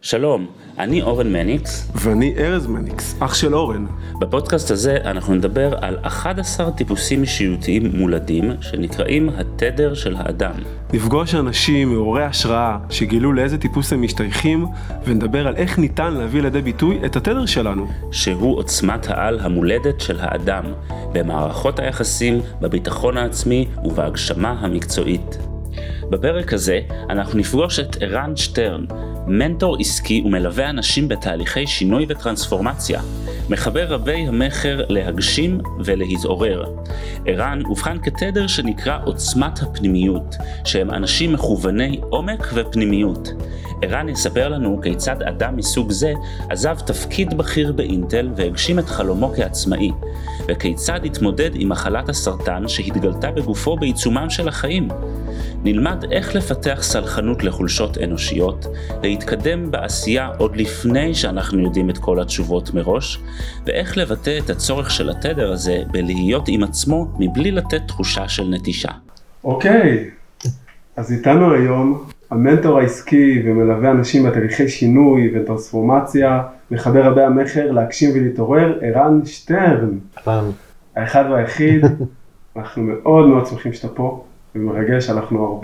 שלום, אני אורן מניקס. ואני ארז מניקס, אח של אורן. בפודקאסט הזה אנחנו נדבר על 11 טיפוסים אישיותיים מולדים שנקראים התדר של האדם. נפגוש אנשים מעוררי השראה שגילו לאיזה טיפוס הם משתייכים, ונדבר על איך ניתן להביא לידי ביטוי את התדר שלנו. שהוא עוצמת העל המולדת של האדם, במערכות היחסים, בביטחון העצמי ובהגשמה המקצועית. בפרק הזה אנחנו נפגוש את ערן שטרן, מנטור עסקי ומלווה אנשים בתהליכי שינוי וטרנספורמציה, מחבר רבי המחר להגשים ולהתעורר. ערן הובחן כתדר שנקרא עוצמת הפנימיות, שהם אנשים מכווני עומק ופנימיות. ערן יספר לנו כיצד אדם מסוג זה עזב תפקיד בכיר באינטל והגשים את חלומו כעצמאי, וכיצד התמודד עם מחלת הסרטן שהתגלתה בגופו בעיצומם של החיים. נלמד איך לפתח סלחנות לחולשות אנושיות, להתקדם בעשייה עוד לפני שאנחנו יודעים את כל התשובות מראש, ואיך לבטא את הצורך של התדר הזה בלהיות עם עצמו מבלי לתת תחושה של נטישה. אוקיי, אז איתנו היום המנטור העסקי ומלווה אנשים בתהליכי שינוי וטרנספורמציה, מחבר רבי המחר להגשים ולהתעורר, ערן שטרן. האחד והיחיד, אנחנו מאוד מאוד שמחים שאתה פה. ומרגש, אנחנו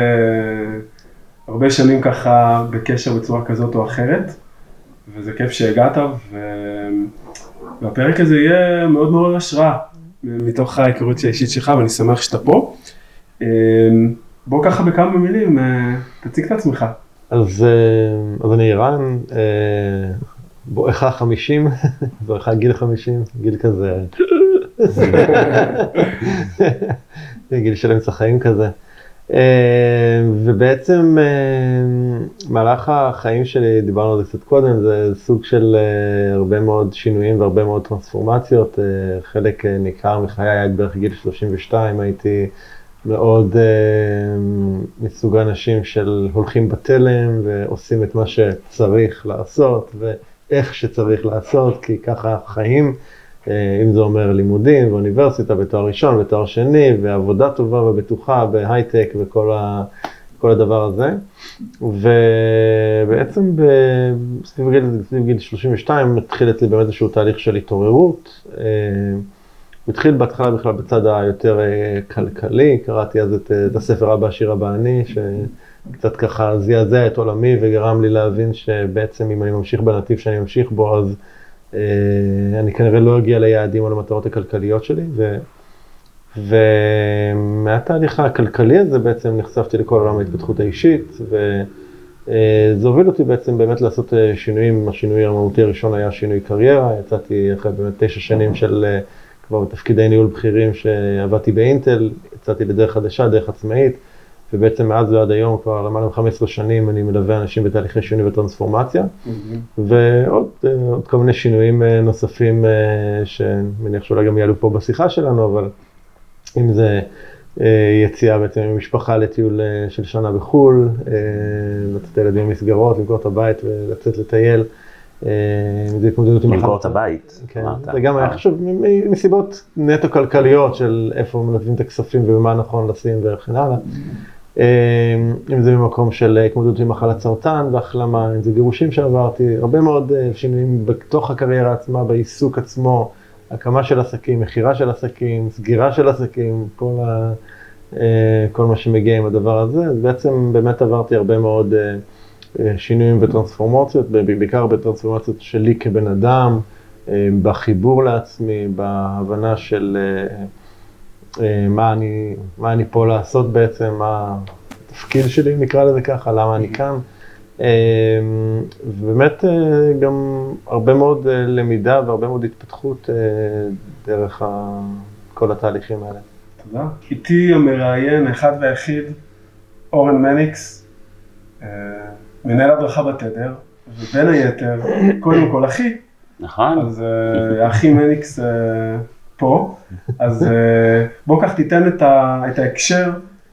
הרבה שנים ככה בקשר בצורה כזאת או אחרת, וזה כיף שהגעת, והפרק הזה יהיה מאוד מאוד השראה, מתוך ההיכרות האישית שלך, ואני שמח שאתה פה. בוא ככה בכמה מילים, תציג את עצמך. אז אני ערן, בואכה 50, בואכה גיל 50, גיל כזה. גיל של אמצע חיים כזה. ובעצם מהלך החיים שלי, דיברנו על זה קצת קודם, זה סוג של הרבה מאוד שינויים והרבה מאוד טרנספורמציות. חלק ניכר מחיי היה בערך גיל 32, הייתי מאוד מסוג האנשים של הולכים בתלם ועושים את מה שצריך לעשות ואיך שצריך לעשות, כי ככה חיים. אם זה אומר לימודים ואוניברסיטה בתואר ראשון, בתואר שני, ועבודה טובה ובטוחה בהייטק וכל הדבר הזה. ובעצם סביב גיל 32 התחיל אצלי באמת איזשהו תהליך של התעוררות. הוא התחיל בהתחלה בכלל בצד היותר כלכלי, קראתי אז את הספר אבא עשיר אבא עני, שקצת ככה זעזע את עולמי וגרם לי להבין שבעצם אם אני ממשיך בנתיב שאני ממשיך בו, אז אני כנראה לא אגיע ליעדים או למטרות הכלכליות שלי, ומהתהליך הכלכלי הזה בעצם נחשפתי לכל עולם ההתפתחות האישית, וזה הוביל אותי בעצם באמת לעשות שינויים. השינוי המהותי הראשון היה שינוי קריירה, יצאתי אחרי באמת 9 שנים של כבר בתפקידי ניהול בכירים שעבדתי באינטל, יצאתי לדרך חדשה, דרך עצמאית, ובעצם מאז ועד היום, כבר למעלה מ-15 שנים, אני מלווה אנשים בתהליכי שינוי וטרנספורמציה, ועוד כל מיני שינויים נוספים, שמניח שאולי גם יעלו פה בשיחה שלנו, אבל אם זה יציאה בעצם עם משפחה לטיול של שנה בחול, לצאת ילדים במסגרות, למכור את הבית ולצאת לטייל, זה התמודדות עם למכור את הבית. כן, זה גם היה חשוב מסיבות נטו כלכליות של איפה מנתבים את הכספים ומה נכון לשים וכן הלאה. אם זה ממקום של התמודדות עם מחלת סרטן והחלמה, אם זה גירושים שעברתי, הרבה מאוד שינויים בתוך הקריירה עצמה, בעיסוק עצמו, הקמה של עסקים, מחירה של עסקים, סגירה של עסקים, כל מה שמגיע עם הדבר הזה. אז בעצם באמת עברתי הרבה מאוד שינויים וטרנספורמציות, בעיקר בטרנספורמציות שלי כבן אדם, בחיבור לעצמי, בהבנה של מה אני פה לעשות בעצם, מה התפקיד שלי נקרא לזה ככה, למה אני כאן. ובאמת גם הרבה מאוד למידה והרבה מאוד התפתחות דרך כל התהליכים האלה. תודה. איתי המראיין, אחד והיחיד, אורן מניקס, מנהל הדרכה בתדר, ובין היתר, קודם כל אחי. נכון. אז אחי מניקס פה, אז בוא כך תיתן את ההקשר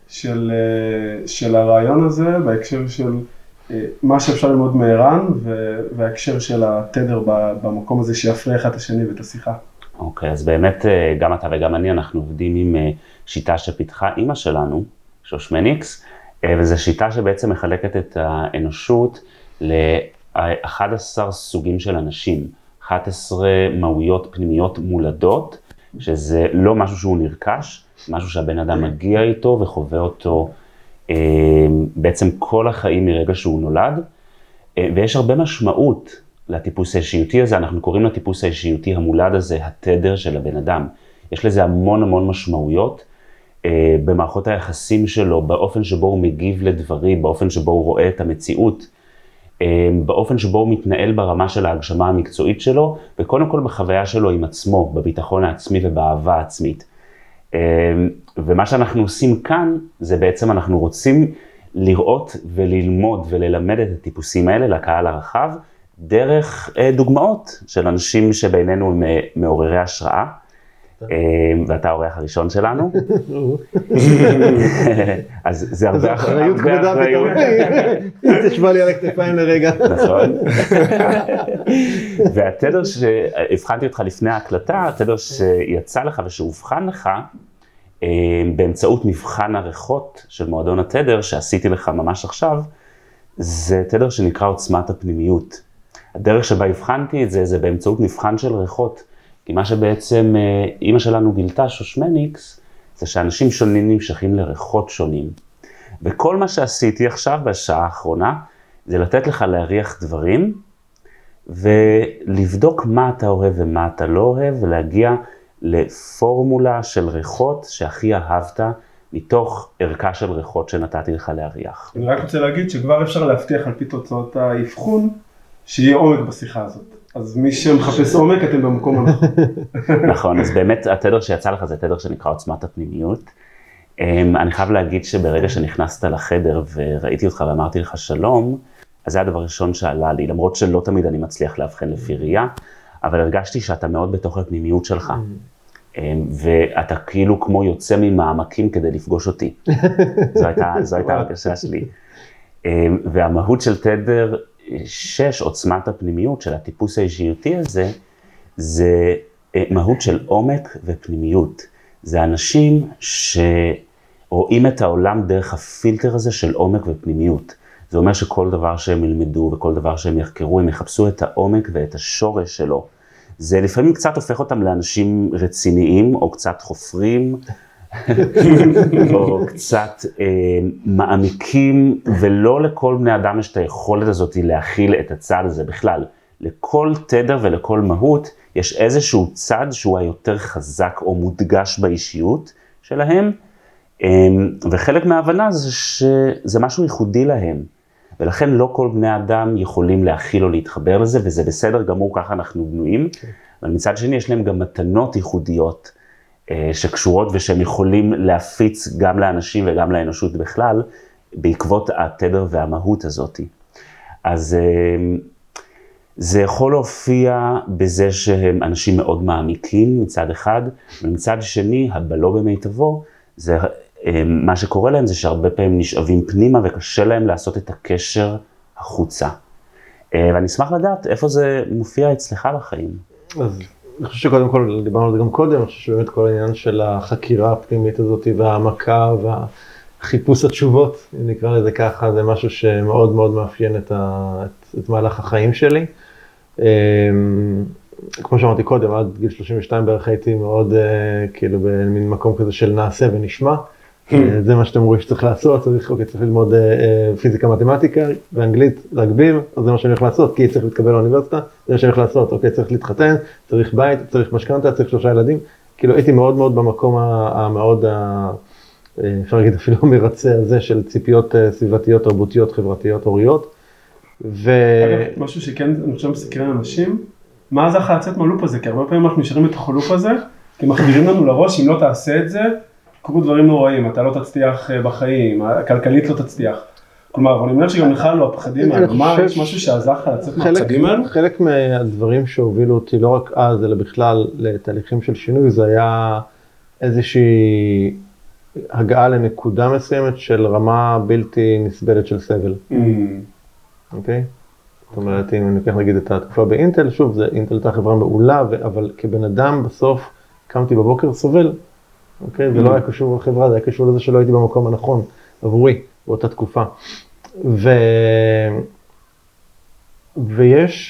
של הרעיון הזה, בהקשר של מה שאפשר ללמוד מערן, וההקשר של התדר במקום הזה שיפרה אחד את השני ואת השיחה. אוקיי, אז באמת גם אתה וגם אני, אנחנו עובדים עם שיטה שפיתחה אמא שלנו, שוש מניקס, וזו שיטה שבעצם מחלקת את האנושות 11 סוגים של אנשים, 11 מהויות פנימיות מולדות, שזה לא משהו שהוא נרכש, משהו שהבן אדם מגיע איתו וחווה אותו בעצם כל החיים מרגע שהוא נולד, ויש הרבה משמעות לטיפוס האישיותי הזה, אנחנו קוראים לטיפוס האישיותי המולד הזה, התדר של הבן אדם. יש לזה המון משמעויות במערכות היחסים שלו, באופן שבו הוא מגיב לדברים, באופן שבו הוא רואה את המציאות, באופן שבו הוא מתנהל ברמה של ההגשמה המקצועית שלו, וקודם כל בחוויה שלו עם עצמו, בביטחון העצמי ובאהבה העצמית. ומה שאנחנו עושים כאן, זה בעצם אנחנו רוצים לראות וללמוד וללמד את הטיפוסים האלה לקהל הרחב, דרך דוגמאות של אנשים שבינינו הם מעוררי השראה, ואתה האורח הראשון שלנו. אז זה הרבה אחריות. תשמע לי על הכתפיים לרגע. נכון. והתדר שהבחנתי אותך לפני ההקלטה, התדר שיצא לך ושהובחן לך, באמצעות מבחן הריחות של מועדון התדר שעשיתי לך ממש עכשיו, זה תדר שנקרא עוצמת הפנימיות. הדרך שבה הבחנתי את זה, זה באמצעות מבחן של ריחות. כי מה שבעצם אמא שלנו גילתה, שושמניקס, זה שאנשים שונים נמשכים לריחות שונים. וכל מה שעשיתי עכשיו בשעה האחרונה, זה לתת לך להריח דברים, ולבדוק מה אתה אוהב ומה אתה לא אוהב, ולהגיע לפורמולה של ריחות שהכי אהבת, מתוך ערכה של ריחות שנתתי לך להריח. אני רק רוצה להגיד שכבר אפשר להבטיח על פי תוצאות האבחון, שיהיה עומק בשיחה הזאת. אז מי שמחפש עומק, אתם במקום הנכון. נכון, אז באמת התדר שיצא לך זה תדר שנקרא עוצמת הפנימיות. אני חייב להגיד שברגע שנכנסת לחדר וראיתי אותך ואמרתי לך שלום, אז זה הדבר הראשון שעלה לי, למרות שלא תמיד אני מצליח להבחן לפי ראייה, אבל הרגשתי שאתה מאוד בתוך הפנימיות שלך, ואתה כאילו כמו יוצא ממעמקים כדי לפגוש אותי. זו הייתה הרגשה שלי. והמהות של תדר 6, עוצמת הפנימיות של הטיפוס האישיותי הזה, זה מהות של עומק ופנימיות. זה אנשים שרואים את העולם דרך הפילטר הזה של עומק ופנימיות. זה אומר שכל דבר שהם ילמדו וכל דבר שהם יחקרו, הם יחפשו את העומק ואת השורש שלו. זה לפעמים קצת הופך אותם לאנשים רציניים, או קצת חופרים, או קצת מעמיקים, ולא לכל בני אדם יש את היכולת הזאת להכיל את הצד הזה בכלל. לכל תדר ולכל מהות יש איזשהו צד שהוא היותר חזק או מודגש באישיות שלהם, וחלק מההבנה זה שזה משהו ייחודי להם, ולכן לא כל בני אדם יכולים להכיל או להתחבר לזה, וזה בסדר גמור, ככה אנחנו בנויים, אבל מצד שני יש להם גם מתנות ייחודיות, שקשורות ושהם יכולים להפיץ גם לאנשים וגם לאנושות בכלל, בעקבות התדר והמהות הזאת. אז זה יכול להופיע בזה שהם אנשים מאוד מעמיקים מצד אחד, ומצד שני, הבלו במיטבו, זה מה שקורה להם זה שהרבה פעמים נשאבים פנימה וקשה להם לעשות את הקשר החוצה. ואני אשמח לדעת איפה זה מופיע אצלך בחיים. אז אני חושב שקודם כל, דיברנו על זה גם קודם, אני חושב שבאמת כל העניין של החקירה הפנימית הזאת והעמקה והחיפוש התשובות, אם נקרא לזה ככה, זה משהו שמאוד מאוד מאפיין את מהלך החיים שלי. כמו שאמרתי קודם, עד גיל 32 בערך הייתי מאוד כאילו במין מקום כזה של נעשה ונשמע. זה מה שאתם רואים שצריך לעשות, צריך ללמוד פיזיקה, מתמטיקה, ואנגלית, להגביר, אז זה מה שאני הולך לעשות, כי צריך להתקבל לאוניברסיטה, זה מה שאני הולך לעשות, אוקיי, צריך להתחתן, צריך בית, צריך משכנתה, צריך 3 ילדים, כאילו הייתי מאוד מאוד במקום המאוד, אפשר להגיד אפילו מרצה הזה של ציפיות סביבתיות, תרבותיות, חברתיות, הוריות, משהו שכן, אני חושב מסקרן אנשים, מה זה אחר לצאת מהלופ הזה? כי הרבה פעמים אנחנו נשארים בתוך הלופ הזה, כי מחדירים לנו לראש, אם לא תעשה את זה, קורו דברים נוראים, אתה לא תצליח בחיים, הכלכלית לא תצליח. כלומר, אני אומר שגם לך לא הפחדים האלה, מה, יש משהו שעזר לך לצאת מהפחדים האלה? חלק מהדברים שהובילו אותי לא רק אז, אלא בכלל לתהליכים של שינוי, זה היה איזושהי הגעה לנקודה מסוימת של רמה בלתי נסבלת של סבל. אוקיי? זאת אומרת, אם אני לוקח נגיד את התקופה באינטל, שוב, אינטל הייתה חברה מעולה, אבל כבן אדם בסוף קמתי בבוקר סובל. אוקיי? זה לא היה קשור לחברה, זה היה קשור לזה שלא הייתי במקום הנכון עבורי באותה תקופה. ויש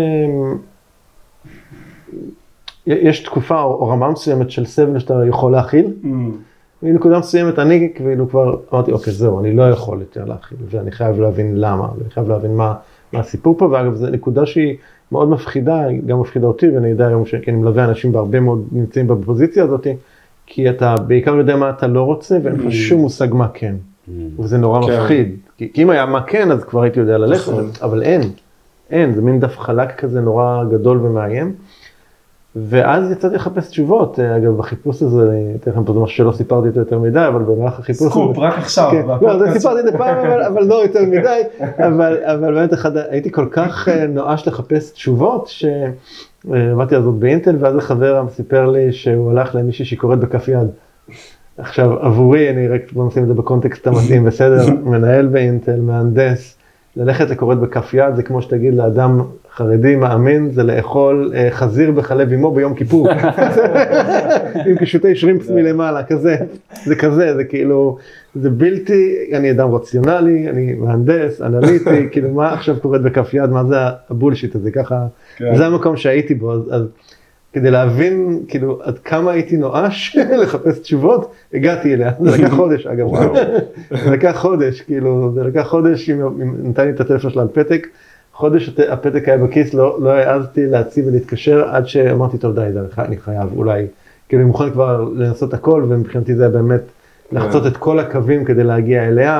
יש תקופה או רמה מסוימת של סבל שאתה יכול להכיל, בנקודה מסוימת אני כאילו כבר אמרתי, אוקיי, זהו, אני לא יכול יותר להכיל, ואני חייב להבין למה, ואני חייב להבין מה הסיפור פה, ואגב, זו נקודה שהיא מאוד מפחידה, היא גם מפחידה אותי, ואני יודע היום שאני מלווה אנשים בהרבה מאוד נמצאים בפוזיציה הזאת, כי אתה בעיקר יודע מה אתה לא רוצה, ואין לך שום מושג מה כן, וזה נורא מפחיד, כי אם היה מה כן, אז כבר הייתי יודע ללכת, אבל אין, זה מין דף חלק כזה נורא גדול ומאיים, ואז יצאתי לחפש תשובות, אגב, בחיפוש הזה, אני אתן לכם פה משהו שלא סיפרתי אותו יותר מדי, אבל במהלך החיפוש... סקופ, רק עכשיו. לא, זה סיפרתי את זה פעם, אבל לא יותר מדי, אבל באמת הייתי כל כך נואש לחפש תשובות, שעבדתי אז עוד באינטל, ואז החבר סיפר לי שהוא הלך למישהי שקוראת בכף יד. עכשיו, עבורי, אני רק בוא נשים את זה בקונטקסט המתאים, בסדר, מנהל באינטל, מהנדס, ללכת לקוראת בכף יד, זה כמו שתגיד לאדם חרדי מאמין, זה לאכול חזיר בחלב אמו ביום כיפור. עם קישוטי שרימפס מלמעלה, כזה. זה כזה, זה כאילו, זה בלתי, אני אדם רציונלי, אני מהנדס, אנליטי, כאילו מה עכשיו קוראת בכף יד, מה זה הבולשיט הזה, ככה, זה המקום שהייתי בו, אז כדי להבין, כאילו, עד כמה הייתי נואש לחפש תשובות, הגעתי אליה. זה לקח חודש, אגב. זה לקח חודש, כאילו, זה לקח חודש, אם נתן לי את הטלפון שלה על פתק, חודש הפתק היה בכיס, לא העזתי להציב ולהתקשר, עד שאמרתי, טוב, די, אני חייב, אולי, כאילו, אני מוכן כבר לנסות הכל, ומבחינתי זה היה באמת לחצות את כל הקווים כדי להגיע אליה,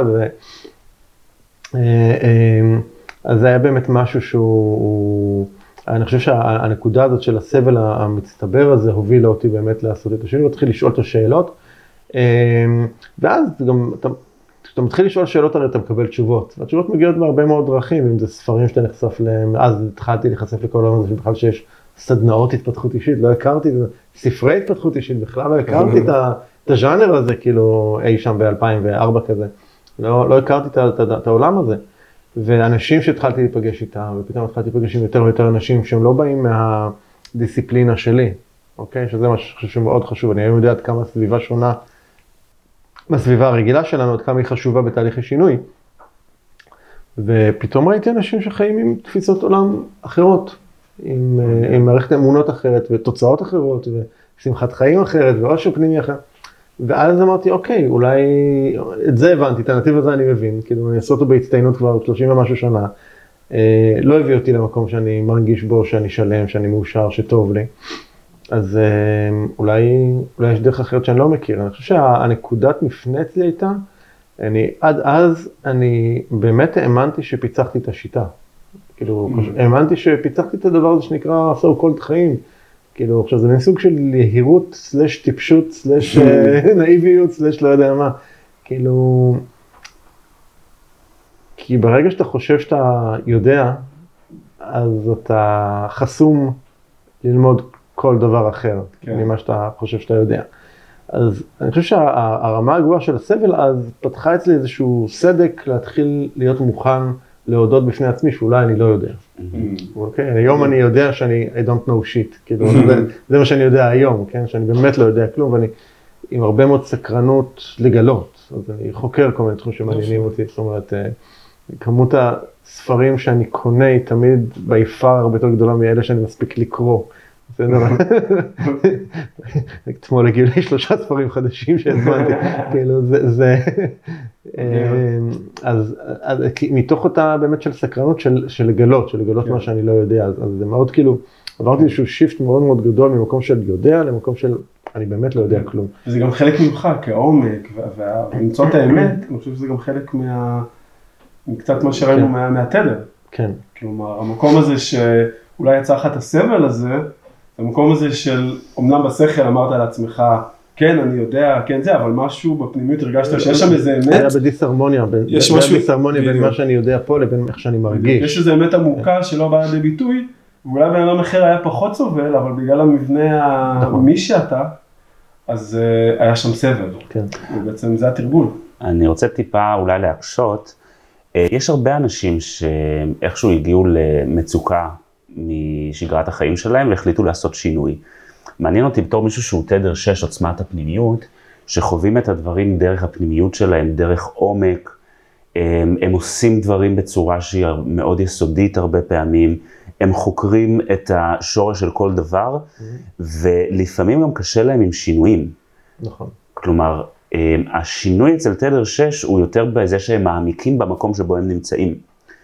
אז זה היה באמת משהו שהוא... אני חושב שהנקודה הזאת של הסבל המצטבר הזה הובילה אותי באמת לעשות את השינוי, להתחיל לשאול את השאלות, ואז גם כשאתה מתחיל לשאול שאלות הרי אתה מקבל תשובות, והתשובות מגיעות בהרבה מאוד דרכים, אם זה ספרים שאתה נחשף להם, אז התחלתי להיחשף לכל העולם הזה, שבכלל שיש סדנאות התפתחות אישית, לא הכרתי, ספרי התפתחות אישית, בכלל לא הכרתי את הז'אנר הזה, כאילו אי שם ב-2004 כזה, לא הכרתי את העולם הזה. ואנשים שהתחלתי להיפגש איתם, ופתאום התחלתי להיפגש עם יותר ויותר אנשים שהם לא באים מהדיסציפלינה שלי, אוקיי? שזה משהו שמאוד חשוב, אני היום יודע עד כמה הסביבה שונה מהסביבה הרגילה שלנו, עד כמה היא חשובה בתהליך השינוי. ופתאום ראיתי אנשים שחיים עם תפיסות עולם אחרות, עם מערכת אמונות אחרת, ותוצאות אחרות, ושמחת חיים אחרת, ואושר פנימי אחר. ואז אמרתי, אוקיי, אולי את זה הבנתי, את הנתיב הזה אני מבין, כאילו אני אעשה אותו בהצטיינות כבר 30 ומשהו שנה, לא הביא אותי למקום שאני מרגיש בו, שאני שלם, שאני מאושר, שטוב לי, אז אולי יש דרך אחרת שאני לא מכיר, אני חושב שהנקודת מפנה אצלי הייתה, עד אז אני באמת האמנתי שפיצחתי את השיטה, כאילו האמנתי שפיצחתי את הדבר הזה שנקרא so called חיים, כאילו, עכשיו זה מסוג של יהירות, סלש טיפשות, סלש נאיביות, סלש לא יודע מה. כאילו, כי ברגע שאתה חושב שאתה יודע, אז אתה חסום ללמוד כל דבר אחר, ממה שאתה חושב שאתה יודע. אז אני חושב שהרמה הגבוהה של הסבל אז פתחה אצלי איזשהו סדק להתחיל להיות מוכן להודות בפני עצמי שאולי אני לא יודע. אוקיי? היום אני יודע שאני I don't know shit, כאילו זה מה שאני יודע היום, כן? שאני באמת לא יודע כלום, ואני עם הרבה מאוד סקרנות לגלות, אז אני חוקר כל מיני תחומים שמעניינים אותי, זאת אומרת, כמות הספרים שאני קונה היא תמיד ביפר הרבה יותר גדולה מאלה שאני מספיק לקרוא. אתמול הגיעו לי 3 ספרים חדשים שהזמנתי, כאילו זה, אז מתוך אותה באמת של סקרנות של לגלות מה שאני לא יודע, אז זה מאוד כאילו, עברתי איזשהו שיפט מאוד מאוד גדול ממקום של יודע למקום של אני באמת לא יודע כלום. זה גם חלק ממך כעומק, ולמצוא את האמת, אני חושב שזה גם חלק מקצת מה שראינו מהתדר. כן. כלומר, המקום הזה שאולי יצא לך את הסבל הזה, המקום הזה של, אמנם בשכל אמרת לעצמך, כן, אני יודע, כן זה, אבל משהו בפנימיות הרגשת שיש שם איזה אמת. היה בדיסהרמוניה, בין מה שאני יודע פה לבין איך שאני מרגיש. יש איזה אמת עמוקה שלא באה לידי ביטוי, ואולי בן אדם אחר היה פחות סובל, אבל בגלל המבנה מי שאתה, אז היה שם סבל. כן. ובעצם זה התרגול. אני רוצה טיפה אולי להקשות. יש הרבה אנשים שאיכשהו הגיעו למצוקה משגרת החיים שלהם והחליטו לעשות שינוי. מעניין אותי בתור מישהו שהוא תדר 6 עוצמת הפנימיות, שחווים את הדברים דרך הפנימיות שלהם, דרך עומק, הם עושים דברים בצורה שהיא מאוד יסודית הרבה פעמים, הם חוקרים את השורש של כל דבר, ולפעמים גם קשה להם עם שינויים. נכון. כלומר, השינוי אצל תדר 6 הוא יותר בזה שהם מעמיקים במקום שבו הם נמצאים.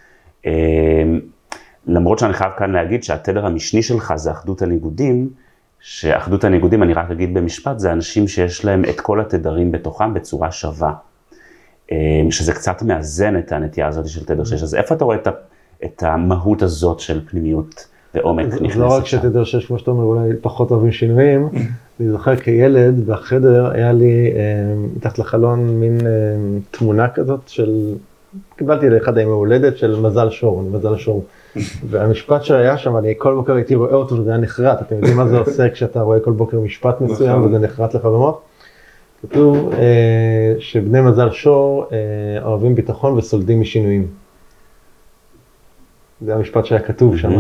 למרות שאני חייב כאן להגיד שהתדר המשני שלך זה אחדות הניגודים, שאחדות הניגודים, אני רק אגיד במשפט, זה אנשים שיש להם את כל התדרים בתוכם בצורה שווה. שזה קצת מאזן את הנטייה הזאת של תדר 6. אז איפה אתה רואה את המהות הזאת של פנימיות ועומק נכנסת שם? זה לא רק שתדר 6, כמו שאתה אומר, אולי פחות אוהבים שינויים. אני זוכר כילד, בחדר היה לי מתחת לחלון מין תמונה כזאת של, קיבלתי לאחד הימי הולדת של מזל שור, מזל שור. והמשפט שהיה שם, אני כל בוקר הייתי רואה אותו, וזה היה נחרט. אתם יודעים מה זה עושה כשאתה רואה כל בוקר משפט מסוים, וזה נחרט לך במוח? כתוב שבני מזל שור אוהבים ביטחון וסולדים משינויים. זה המשפט שהיה כתוב שם.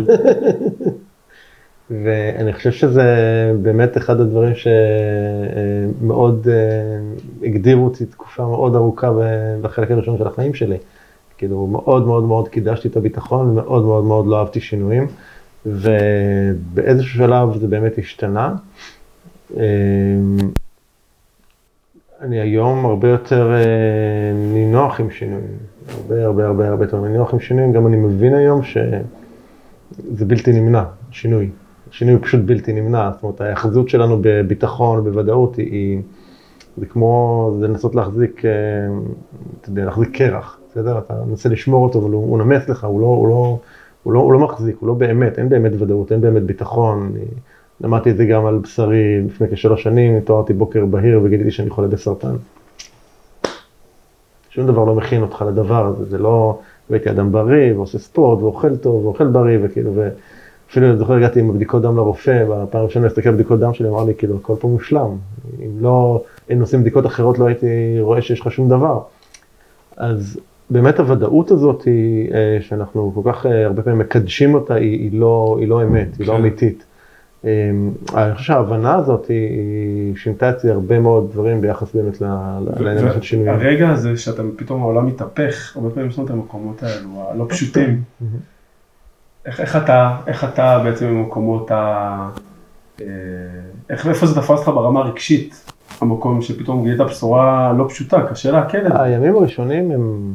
ואני חושב שזה באמת אחד הדברים שמאוד הגדירו אותי תקופה מאוד ארוכה בחלק הראשון של החיים שלי. כאילו מאוד מאוד מאוד קידשתי את הביטחון, ומאוד מאוד מאוד לא אהבתי שינויים, ובאיזשהו שלב זה באמת השתנה. אני היום הרבה יותר נינוח עם שינויים, הרבה יותר נינוח עם שינויים, גם אני מבין היום שזה בלתי נמנע, שינוי. שינוי הוא פשוט בלתי נמנע, זאת אומרת, ההאחזות שלנו בביטחון, בוודאות, זה כמו, זה לנסות להחזיק קרח, בסדר? אתה מנסה לשמור אותו, אבל הוא נמס לך, הוא לא מחזיק, הוא לא באמת, אין באמת ודאות, אין באמת ביטחון. למדתי את זה גם על בשרי לפני כ3 שנים, התעוררתי בוקר בהיר וגיליתי שאני חולה בסרטן. שום דבר לא מכין אותך לדבר הזה, זה לא, הייתי אדם בריא ועושה ספורט ואוכל טוב ואוכל בריא וכאילו, אפילו אני זוכר הגעתי עם בדיקות דם לרופא, והפעם ראשונה להסתכל בבדיקות דם שלי, אמר לי כאילו, הכל פה מושלם. אם לא, אם עושים בדיקות אחרות לא הייתי רואה שיש לך שום דבר. אז באמת הוודאות הזאת היא, שאנחנו כל כך הרבה פעמים מקדשים אותה, היא לא אמת, היא לא אמיתית. אני חושב שההבנה הזאת היא שינתה אצלי הרבה מאוד דברים ביחס באמת לעניין של שינויים. הרגע הזה שאתה פתאום העולם מתהפך, הרבה פעמים יש לנו את המקומות האלו, הלא פשוטים. איך אתה בעצם במקומות איפה זה תפס לך ברמה הרגשית, המקום שפתאום גילית בשורה לא פשוטה, קשה להקל את זה? הימים הראשונים הם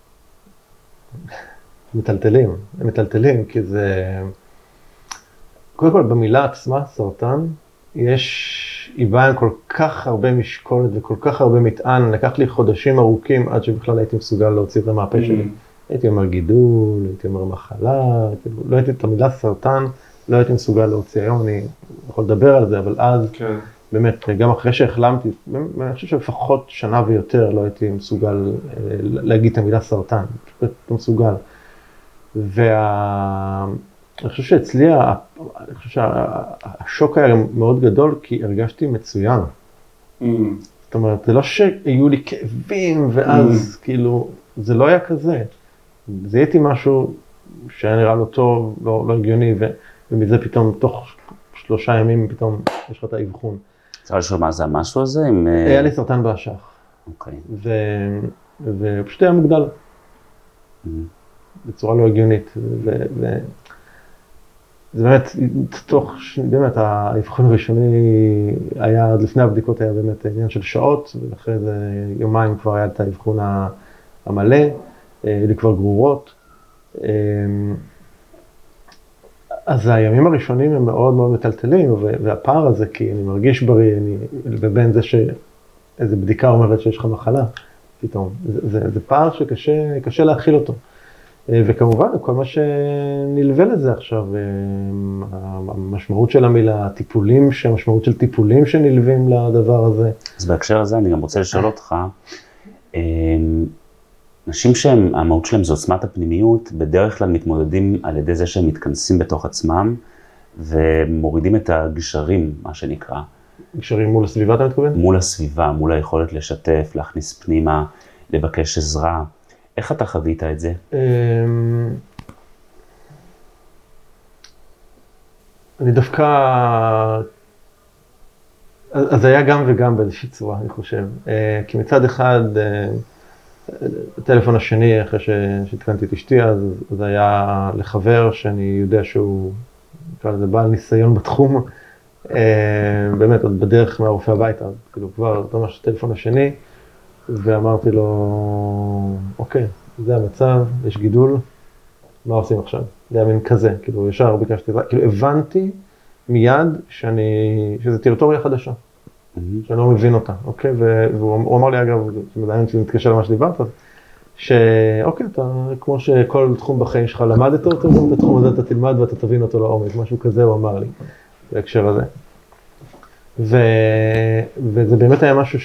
מטלטלים, כי זה, קודם כל במילה עצמה, סרטן, היא באה עם כל כך הרבה משקולת וכל כך הרבה מטען, לקח לי חודשים ארוכים עד שבכלל הייתי מסוגל להוציא את המאפה שלי. הייתי אומר גידול, הייתי אומר מחלה, לא הייתי את המילה סרטן, לא הייתי מסוגל להוציא. היום אני יכול לדבר על זה, אבל אז באמת, גם אחרי שהחלמתי, אני חושב שלפחות שנה ויותר לא הייתי מסוגל להגיד את המילה סרטן, פשוט לא מסוגל. אני חושב שאצלי, אני חושב שהשוק היה מאוד גדול, כי הרגשתי מצוין. זאת אומרת, זה לא שהיו לי כאבים, ואז כאילו, זה לא היה כזה. זיהיתי משהו שהיה נראה לו טוב, לא הגיוני, ומזה פתאום, תוך 3 ימים, פתאום יש לך את האבחון. צריך לשאול מה זה המשהו הזה? היה לי סרטן באשך. אוקיי. ופשוט היה מוגדל. בצורה לא הגיונית. זה באמת, האבחון הראשוני היה, עד לפני הבדיקות היה באמת עניין של שעות, ואחרי זה יומיים כבר היה את האבחון המלא, לי כבר גרורות. אז הימים הראשונים הם מאוד מאוד מטלטלים, והפער הזה, כי אני מרגיש בריא, ובין זה שאיזו בדיקה אומרת שיש לך מחלה, פתאום. זה פער שקשה להכיל אותו. וכמובן, כל מה שנלווה לזה עכשיו, המשמעות של המילה, המשמעות של טיפולים שנלווים לדבר הזה. אז בהקשר הזה אני גם רוצה לשאול אותך, אנשים שהמהות שלהם זו עוצמת הפנימיות, בדרך כלל מתמודדים על ידי זה שהם מתכנסים בתוך עצמם, ומורידים את הגשרים, מה שנקרא. גשרים מול הסביבה, אתה מתכוון? מול הסביבה, מול היכולת לשתף, להכניס פנימה, לבקש עזרה. איך אתה חווית את זה? אני דווקא, אז היה גם וגם באיזושהי צורה, אני חושב. כי מצד אחד, הטלפון השני, אחרי שהתקנתי את אשתי, אז זה היה לחבר שאני יודע שהוא, נקרא לזה, בעל ניסיון בתחום, באמת עוד בדרך מהרופא הביתה, כאילו כבר ממש הטלפון השני, ואמרתי לו, אוקיי, זה המצב, יש גידול, מה עושים עכשיו? זה היה מין כזה, כאילו ישר ביקשתי, כאילו הבנתי מיד שזה טריטוריה חדשה, שאני לא מבין אותה, אוקיי? והוא אמר לי אגב, שמדעיין שאני מתקשר למה שדיברת, שאוקיי, כמו שכל תחום בחיים שלך למדת אותו, גם את התחום הזה אתה תלמד ואתה תבין אותו לעומק, משהו כזה הוא אמר לי, בהקשר הזה. וזה באמת היה משהו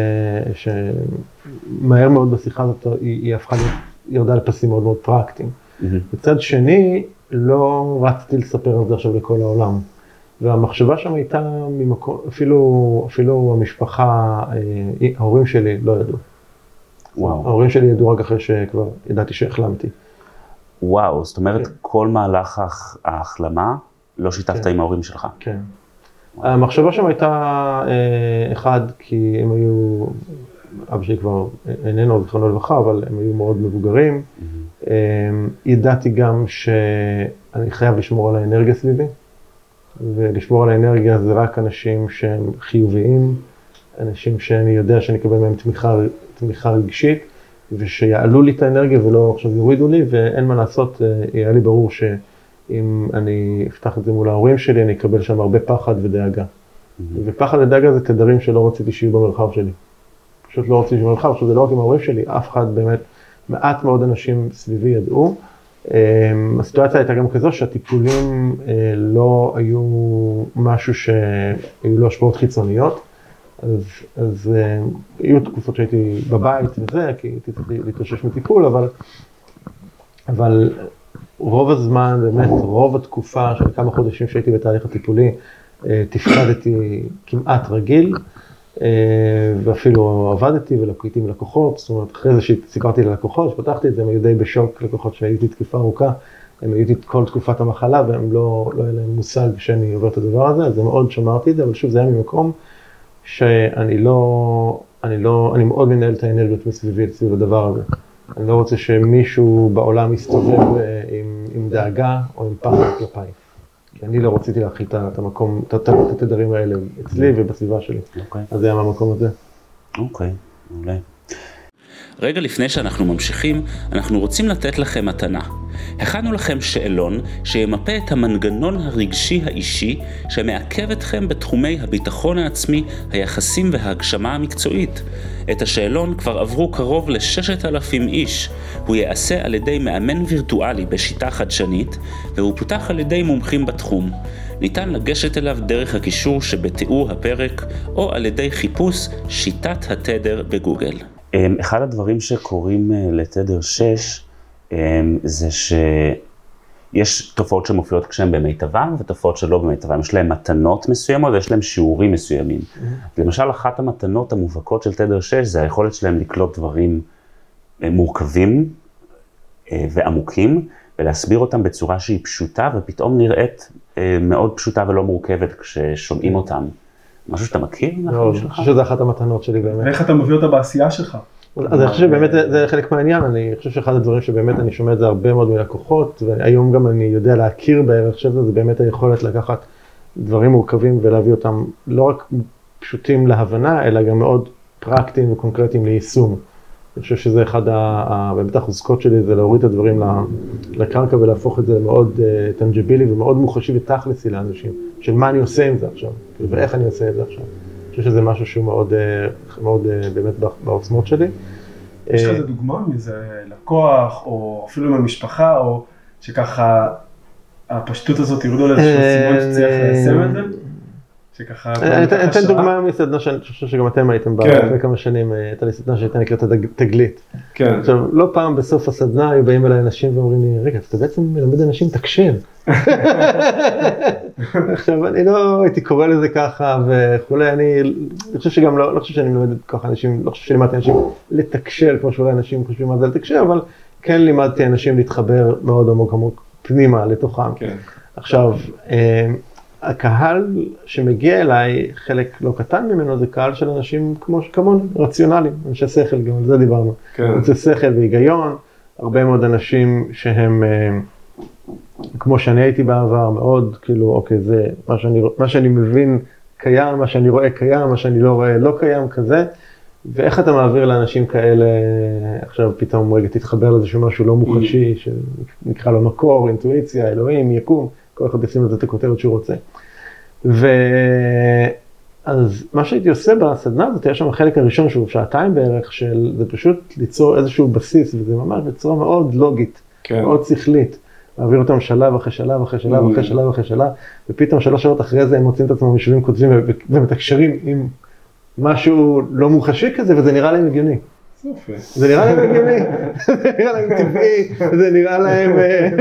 שמהר מאוד בשיחה הזאת היא הפכה להיות, ירדה לפסים מאוד מאוד פרקטיים. בצד שני, לא רציתי לספר על זה עכשיו לכל העולם. והמחשבה שם הייתה ממקום, אפילו המשפחה, ההורים שלי לא ידעו. וואו. ההורים שלי ידעו רק אחרי שכבר ידעתי שהחלמתי. וואו, זאת אומרת, כל מהלך ההחלמה לא שיתפת עם ההורים שלך. כן. המחשבה שם הייתה אחד, כי הם היו, אבא שלי כבר איננו זיכרונו לברכה, אבל הם היו מאוד מבוגרים. ידעתי גם שאני חייב לשמור על האנרגיה סביבי, ולשמור על האנרגיה זה רק אנשים שהם חיוביים, אנשים שאני יודע שאני אקבל מהם תמיכה רגשית, ושיעלו לי את האנרגיה ולא עכשיו יורידו לי, ואין מה לעשות, יהיה לי ברור שאם אני אפתח את זה מול ההורים שלי, אני אקבל שם הרבה פחד ודאגה. ופחד ודאגה זה תדרים שלא רציתי שיהיו במרחב שלי. פשוט לא רציתי שיהיו במרחב, עכשיו זה לא רק עם ההורים שלי, אף אחד באמת, מעט מאוד אנשים סביבי ידעו. הסיטואציה הייתה גם כזו שהטיפולים לא היו משהו שהיו לו השפעות חיצוניות, אז היו תקופות שהייתי בבית וזה, כי הייתי צריך להתאושש מטיפול, אבל רוב הזמן, באמת רוב התקופה של כמה חודשים שהייתי בתהליך הטיפולי, תפקדתי כמעט רגיל, ואפילו עבדתי ולקחתי עם לקוחות, זאת אומרת, אחרי זה שסיפרתי ללקוחות, שפתחתי את זה, הם היו די בשוק לקוחות שהייתי תקופה ארוכה, הם היו את כל תקופת המחלה, והם לא היה להם מושג שאני עובר את הדבר הזה, אז מאוד שמרתי את זה, אבל שוב, זה היה ממקום שאני אני מאוד מנהל את האנרגיות מסביבי, סביב הדבר הזה. אני לא רוצה שמישהו בעולם יסתובב עם דאגה או עם פחד כלפיי. כי אני לא רציתי להכיל את המקום, את התדרים האלה אצלי ובסביבה שלי. אז זה היה מהמקום הזה. אוקיי, מעולה. רגע לפני שאנחנו ממשיכים, אנחנו רוצים לתת לכם מתנה. הכנו לכם שאלון שימפה את המנגנון הרגשי האישי שמעכב אתכם בתחומי הביטחון העצמי, היחסים וההגשמה המקצועית. את השאלון כבר עברו קרוב ל6,000 איש. הוא ייעשה על ידי מאמן וירטואלי בשיטה חדשנית, והוא פותח על ידי מומחים בתחום. ניתן לגשת אליו דרך הקישור שבתיאור הפרק, או על ידי חיפוש שיטת התדר בגוגל. אחד הדברים שקורים לתדר 6, זה שיש תופעות שמופיעות כשהן במיטבם, ותופעות שלא במיטבם. יש להם מתנות מסוימות ויש להם שיעורים מסוימים. למשל, אחת המתנות המובהקות של תדר 6, זה היכולת שלהם לקלוט דברים מורכבים ועמוקים, ולהסביר אותם בצורה שהיא פשוטה, ופתאום נראית מאוד פשוטה ולא מורכבת כששומעים אותם. משהו שאתה מכיר? לא, אני חושב שזה אחת המתנות שלי באמת. ואיך אתה מביא אותה בעשייה שלך? אז אני חושב שבאמת זה חלק מהעניין, אני חושב שאחד הדברים שבאמת אני שומע את זה הרבה מאוד מלקוחות, והיום גם אני יודע להכיר בערך שזה, זה באמת היכולת לקחת דברים מורכבים ולהביא אותם לא רק פשוטים להבנה, אלא גם מאוד פרקטיים וקונקרטיים ליישום. אני חושב שזה אחד באמת החוזקות שלי, זה להוריד את הדברים לקרקע ולהפוך את זה מאוד טנג'יבילי ומאוד מוחשי ותכלסי לאנשים, של מה אני עושה עם זה עכשיו, ואיך אני עושה את זה עכשיו. אני חושב שזה משהו שהוא מאוד באמת בעוצמות שלי. יש לך איזה דוגמה מאיזה לקוח, או אפילו מהמשפחה, או שככה הפשטות הזאת ירדו לאיזשהו סימון שצריך ליישם את זה? שככה... אני אתן דוגמה מסדנה שאני חושב שגם אתם הייתם בה לפני כמה שנים, הייתה לי סדנה שהייתה נקראת תגלית. כן. עכשיו, לא פעם בסוף הסדנה היו באים אליי אנשים ואומרים לי, רגע, אתה בעצם מלמד אנשים תקשר. עכשיו, אני לא הייתי קורא לזה ככה וכולי, אני חושב שגם לא חושב שאני מלמד ככה אנשים, לא חושב שלימדתי אנשים לתקשר, כמו שאולי אנשים חושבים מה זה לתקשר, אבל כן לימדתי אנשים להתחבר מאוד עמוק פנימה לתוכם. עכשיו, הקהל שמגיע אליי, חלק לא קטן ממנו, זה קהל של אנשים כמונו, רציונליים, אנשי שכל, גם על זה דיברנו. כן. אנשי שכל והיגיון, הרבה מאוד אנשים שהם, כמו שאני הייתי בעבר, מאוד, כאילו, אוקיי, זה מה שאני מבין קיים, מה שאני רואה קיים, מה שאני לא רואה לא קיים, כזה. ואיך אתה מעביר לאנשים כאלה, עכשיו פתאום רגע תתחבר לאיזשהו משהו לא מוחשי, שנקרא לו מקור, אינטואיציה, אלוהים, יקום, כל אחד ישים לזה את הכותרת שהוא רוצה. אז מה שהייתי עושה בסדנה הזאת, היה שם החלק הראשון שהוא שעתיים בערך, זה פשוט ליצור איזשהו בסיס, וזה ממש בצורה מאוד לוגית, כן. מאוד שכלית. מעביר אותם שלב אחרי שלב אחרי שלב אחרי שלב אחרי שלב, ופתאום 3 שעות אחרי זה הם מוצאים את עצמם יושבים, כותבים ומתקשרים עם משהו לא מוחשי כזה, וזה נראה להם הגיוני. זה נראה להם הגיוני, זה נראה להם טבעי, זה נראה להם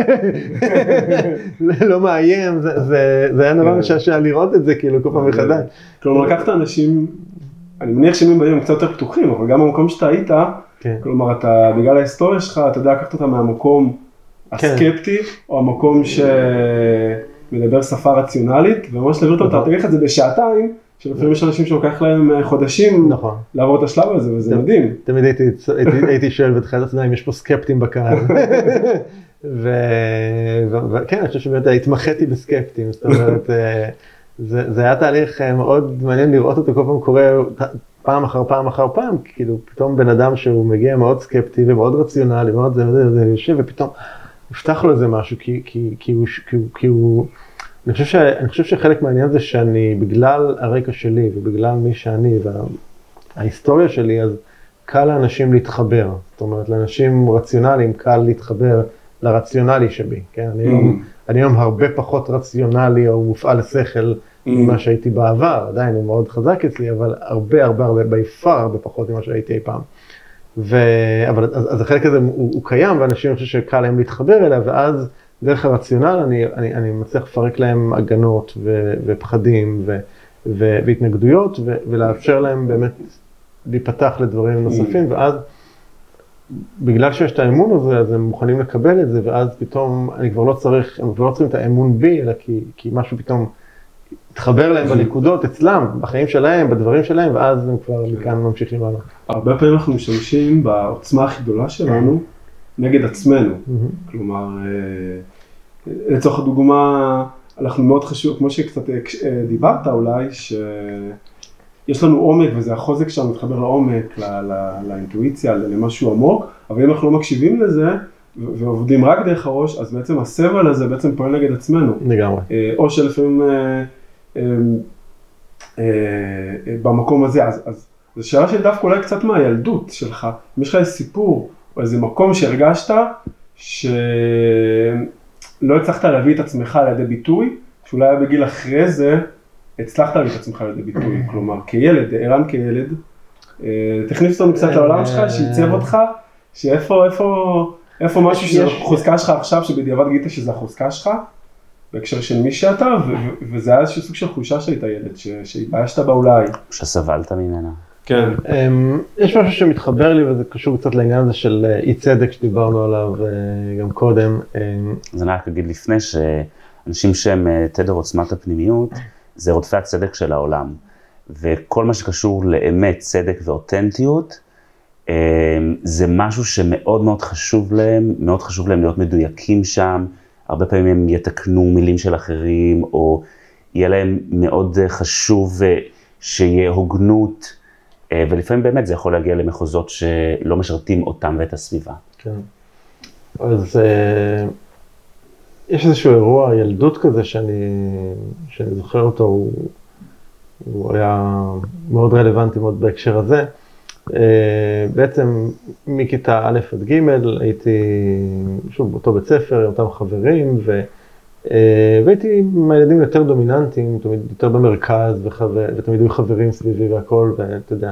לא מאיים, זה היה נורא משעשע לראות את זה כאילו כל פעם מחדש. כלומר, לקחת אנשים, אני מניח שהם באים קצת יותר פתוחים, אבל גם במקום שאתה היית, כלומר, אתה בגלל ההיסטוריה שלך, אתה יודע לקחת אותם מהמקום הסקפטי, או המקום שמדבר שפה רציונלית, וממש להביא אותם, אתה תגיד את זה בשעתיים, שלפעמים יש אנשים שלוקח להם חודשים לעבור את השלב הזה, וזה מדהים. תמיד הייתי שואל בתחילת הסדנה אם יש פה סקפטים בקהל. וכן, אני חושב שבאמת התמחיתי בסקפטים, זאת אומרת, זה היה תהליך מאוד מעניין לראות אותו כל פעם קורה פעם אחר פעם אחר פעם, כאילו פתאום בן אדם שהוא מגיע מאוד סקפטי ומאוד רציונלי, מאוד זה יושב ופתאום נפתח לו איזה משהו, כי הוא... אני חושב שחלק מהעניין זה שאני, בגלל הרקע שלי ובגלל מי שאני וההיסטוריה שלי, אז קל לאנשים להתחבר. זאת אומרת, לאנשים רציונליים קל להתחבר לרציונלי שבי. כן? אני היום הרבה פחות רציונלי או מופעל לשכל ממה שהייתי בעבר. עדיין הוא מאוד חזק אצלי, אבל הרבה ביפר הרבה פחות ממה שהייתי אי פעם. אז החלק הזה הוא קיים, ואנשים אני חושב שקל להם להתחבר אליו, ואז דרך הרציונל אני מצליח לפרק להם הגנות ופחדים והתנגדויות ולאפשר להם באמת להיפתח לדברים נוספים, ואז בגלל שיש את האמון הזה, אז הם מוכנים לקבל את זה, ואז פתאום הם כבר לא צריכים את האמון בי, אלא כי משהו פתאום התחבר להם בנקודות אצלם, בחיים שלהם, בדברים שלהם, ואז הם כבר מכאן ממשיכים הלאה. הרבה פעמים אנחנו משתמשים בעוצמה הכי גדולה שלנו, נגד עצמנו, כלומר, לצורך הדוגמה, אנחנו מאוד חשוב, כמו שקצת דיברת אולי, שיש לנו עומק וזה החוזק שלנו מתחבר לעומק, לאינטואיציה, למשהו עמוק, אבל אם אנחנו לא מקשיבים לזה ועובדים רק דרך הראש, אז בעצם הסבל הזה בעצם פועל נגד עצמנו. לגמרי. או שלפעמים במקום הזה, אז זו שאלה של דווקא אולי קצת מהילדות שלך, אם יש לך איזה סיפור, או איזה מקום שהרגשת שלא הצלחת להביא את עצמך לידי ביטוי, שאולי היה בגיל אחרי זה, הצלחת להביא את עצמך לידי ביטוי, כלומר, כילד, ערן כילד, תכניס אותנו קצת לעולם שלך, שייצב אותך, איפה משהו שזה החוזקה שלך עכשיו, שבדיעבד גילית שזה החוזקה שלך, בהקשר של מי שאתה, וזה היה איזשהו סוג של חולשה שהיית ילד, שהתביישת בה אולי. שסבלת ממנה. כן. יש משהו שמתחבר לי, וזה קשור קצת לעניין הזה של אי צדק שדיברנו עליו גם קודם. אז אני רק אגיד לפני שאנשים שהם תדר עוצמת הפנימיות, זה רודפי הצדק של העולם. וכל מה שקשור לאמת, צדק ואותנטיות, זה משהו שמאוד מאוד חשוב להם להיות מדויקים שם. הרבה פעמים הם יתקנו מילים של אחרים, או יהיה להם מאוד חשוב שיהיה הוגנות, ולפעמים באמת זה יכול להגיע למחוזות שלא משרתים אותם ואת הסביבה. כן. אז יש איזשהו אירוע ילדות כזה שאני זוכר אותו, הוא היה מאוד רלוונטי מאוד בהקשר הזה. בעצם מכיתה א' עד ג' הייתי שוב באותו בית ספר עם אותם חברים, והייתי מהילדים יותר דומיננטיים, תמיד יותר במרכז, ותמיד היו חברים סביבי והכל, ואתה יודע.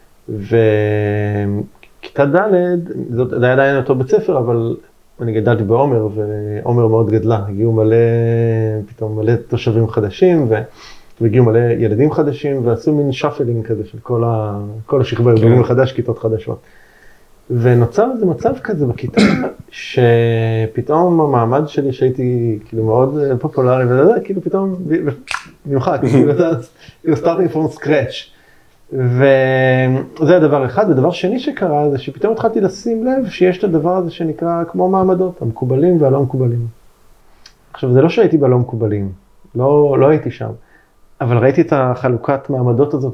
וכיתה ד', זאת עדיין אותו בית ספר, אבל אני גדלתי בעומר, ועומר מאוד גדלה, הגיעו פתאום מלא תושבים חדשים, והגיעו מלא ילדים חדשים, ועשו מין שפלינג כזה של כל השכבה, בנים מחדש, כיתות חדשות. ונוצר איזה מצב כזה בכיתה, שפתאום המעמד שלי שהייתי כאילו מאוד פופולרי, וזה כאילו פתאום נמחק, כאילו starting from scratch. וזה הדבר אחד, ודבר שני שקרה זה שפתאום התחלתי לשים לב שיש את הדבר הזה שנקרא כמו מעמדות, המקובלים והלא מקובלים. עכשיו זה לא שהייתי בלא מקובלים, לא הייתי שם, אבל ראיתי את החלוקת מעמדות הזאת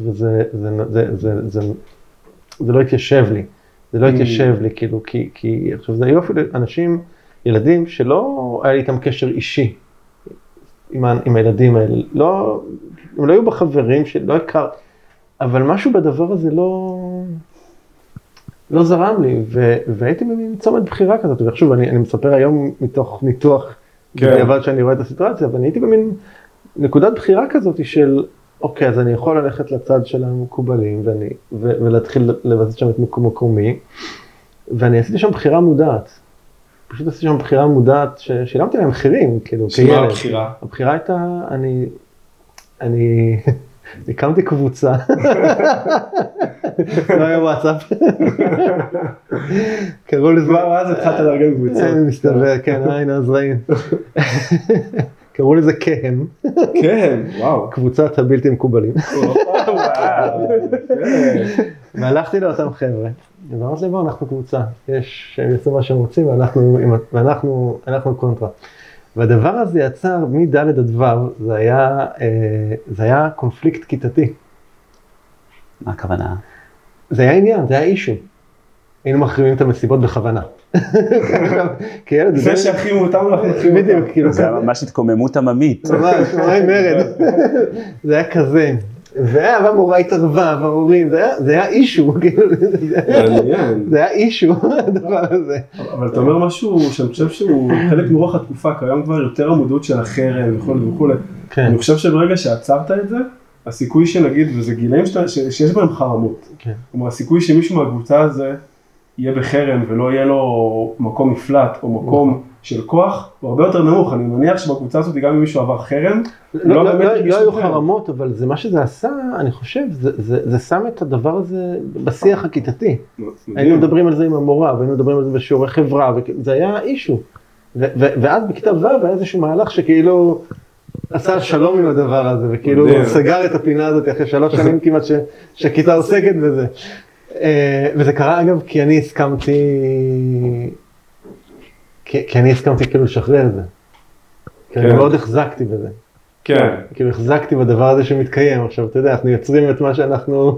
וזה לא התיישב לי. זה לא התיישב לי, כאילו, כי עכשיו זה היו אפילו אנשים, ילדים שלא היה לי איתם קשר אישי עם הילדים האלה, הם לא היו בחברים שלא הכר, אבל משהו בדבר הזה לא זרם לי, והייתי במין צומת בחירה כזאת, וחשוב, אני מספר היום מתוך ניתוח, בדיעבד שאני רואה את הסיטואציה, אבל אני הייתי במין נקודת בחירה כזאת של, אוקיי, אז אני יכול ללכת לצד של המקובלים, ולהתחיל לבצע שם את מקומי, ואני עשיתי שם בחירה מודעת. פשוט עשיתי שם בחירה מודעת, ששילמתי להם מחירים, כאילו, כילד. שמה הבחירה? הבחירה הייתה, אני הקמתי קבוצה. לא היה וואטסאפ. קראו לזה... ואז התחלת לארגן קבוצה. מסתבר, כן, אז ראינו. קראו לזה קהם. קהם, וואו. קבוצת הבלתי מקובלים. והלכתי לאותם חבר'ה, ואמרתי לי, בואו, אנחנו קבוצה, שהם יעשו מה שהם רוצים, ואנחנו קונטרה. והדבר הזה יצר מד' עד ו', זה היה קונפליקט כיתתי. מה הכוונה? זה היה עניין, זה היה אישו. היינו מחרימים את המסיבות בכוונה. זה שהכימו אותם, אנחנו מכירים אותם. זה היה ממש התקוממות עממית. ממש, מרד. זה היה כזה. והיה המורה התערבה, וההורים, זה היה אישו. זה היה אישו, הדבר הזה. אבל אתה אומר משהו שאני חושב שהוא חלק מרוח התקופה, כי היום כבר יותר המודעות של החרם וכו'. אני חושב שברגע שעצרת את זה, הסיכוי שנגיד, וזה גילאים שיש בהם חרמות. כלומר, הסיכוי שמישהו מהקבוצה הזה יהיה בחרם ולא יהיה לו מקום מפלט או מקום של כוח, הוא הרבה יותר נמוך. אני מניח שבקבוצה הזאת גם אם מישהו עבר חרם, לא היו חרמות, אבל זה מה שזה עשה, אני חושב, זה שם את הדבר הזה בשיח הכיתתי. היינו מדברים על זה עם המורה, והיינו מדברים על זה בשיעורי חברה, זה היה אישו. ואז בכיתה ו' היה איזשהו מהלך שכאילו עשה שלום עם הדבר הזה, וכאילו סגר את הפינה הזאת אחרי 3 שנים כמעט שהכיתה עוסקת בזה. וזה קרה אגב כי אני הסכמתי כאילו לשחרר את זה. כי אני מאוד החזקתי בזה. כן. כאילו החזקתי בדבר הזה שמתקיים. עכשיו אתה יודע, אנחנו יוצרים את מה שאנחנו...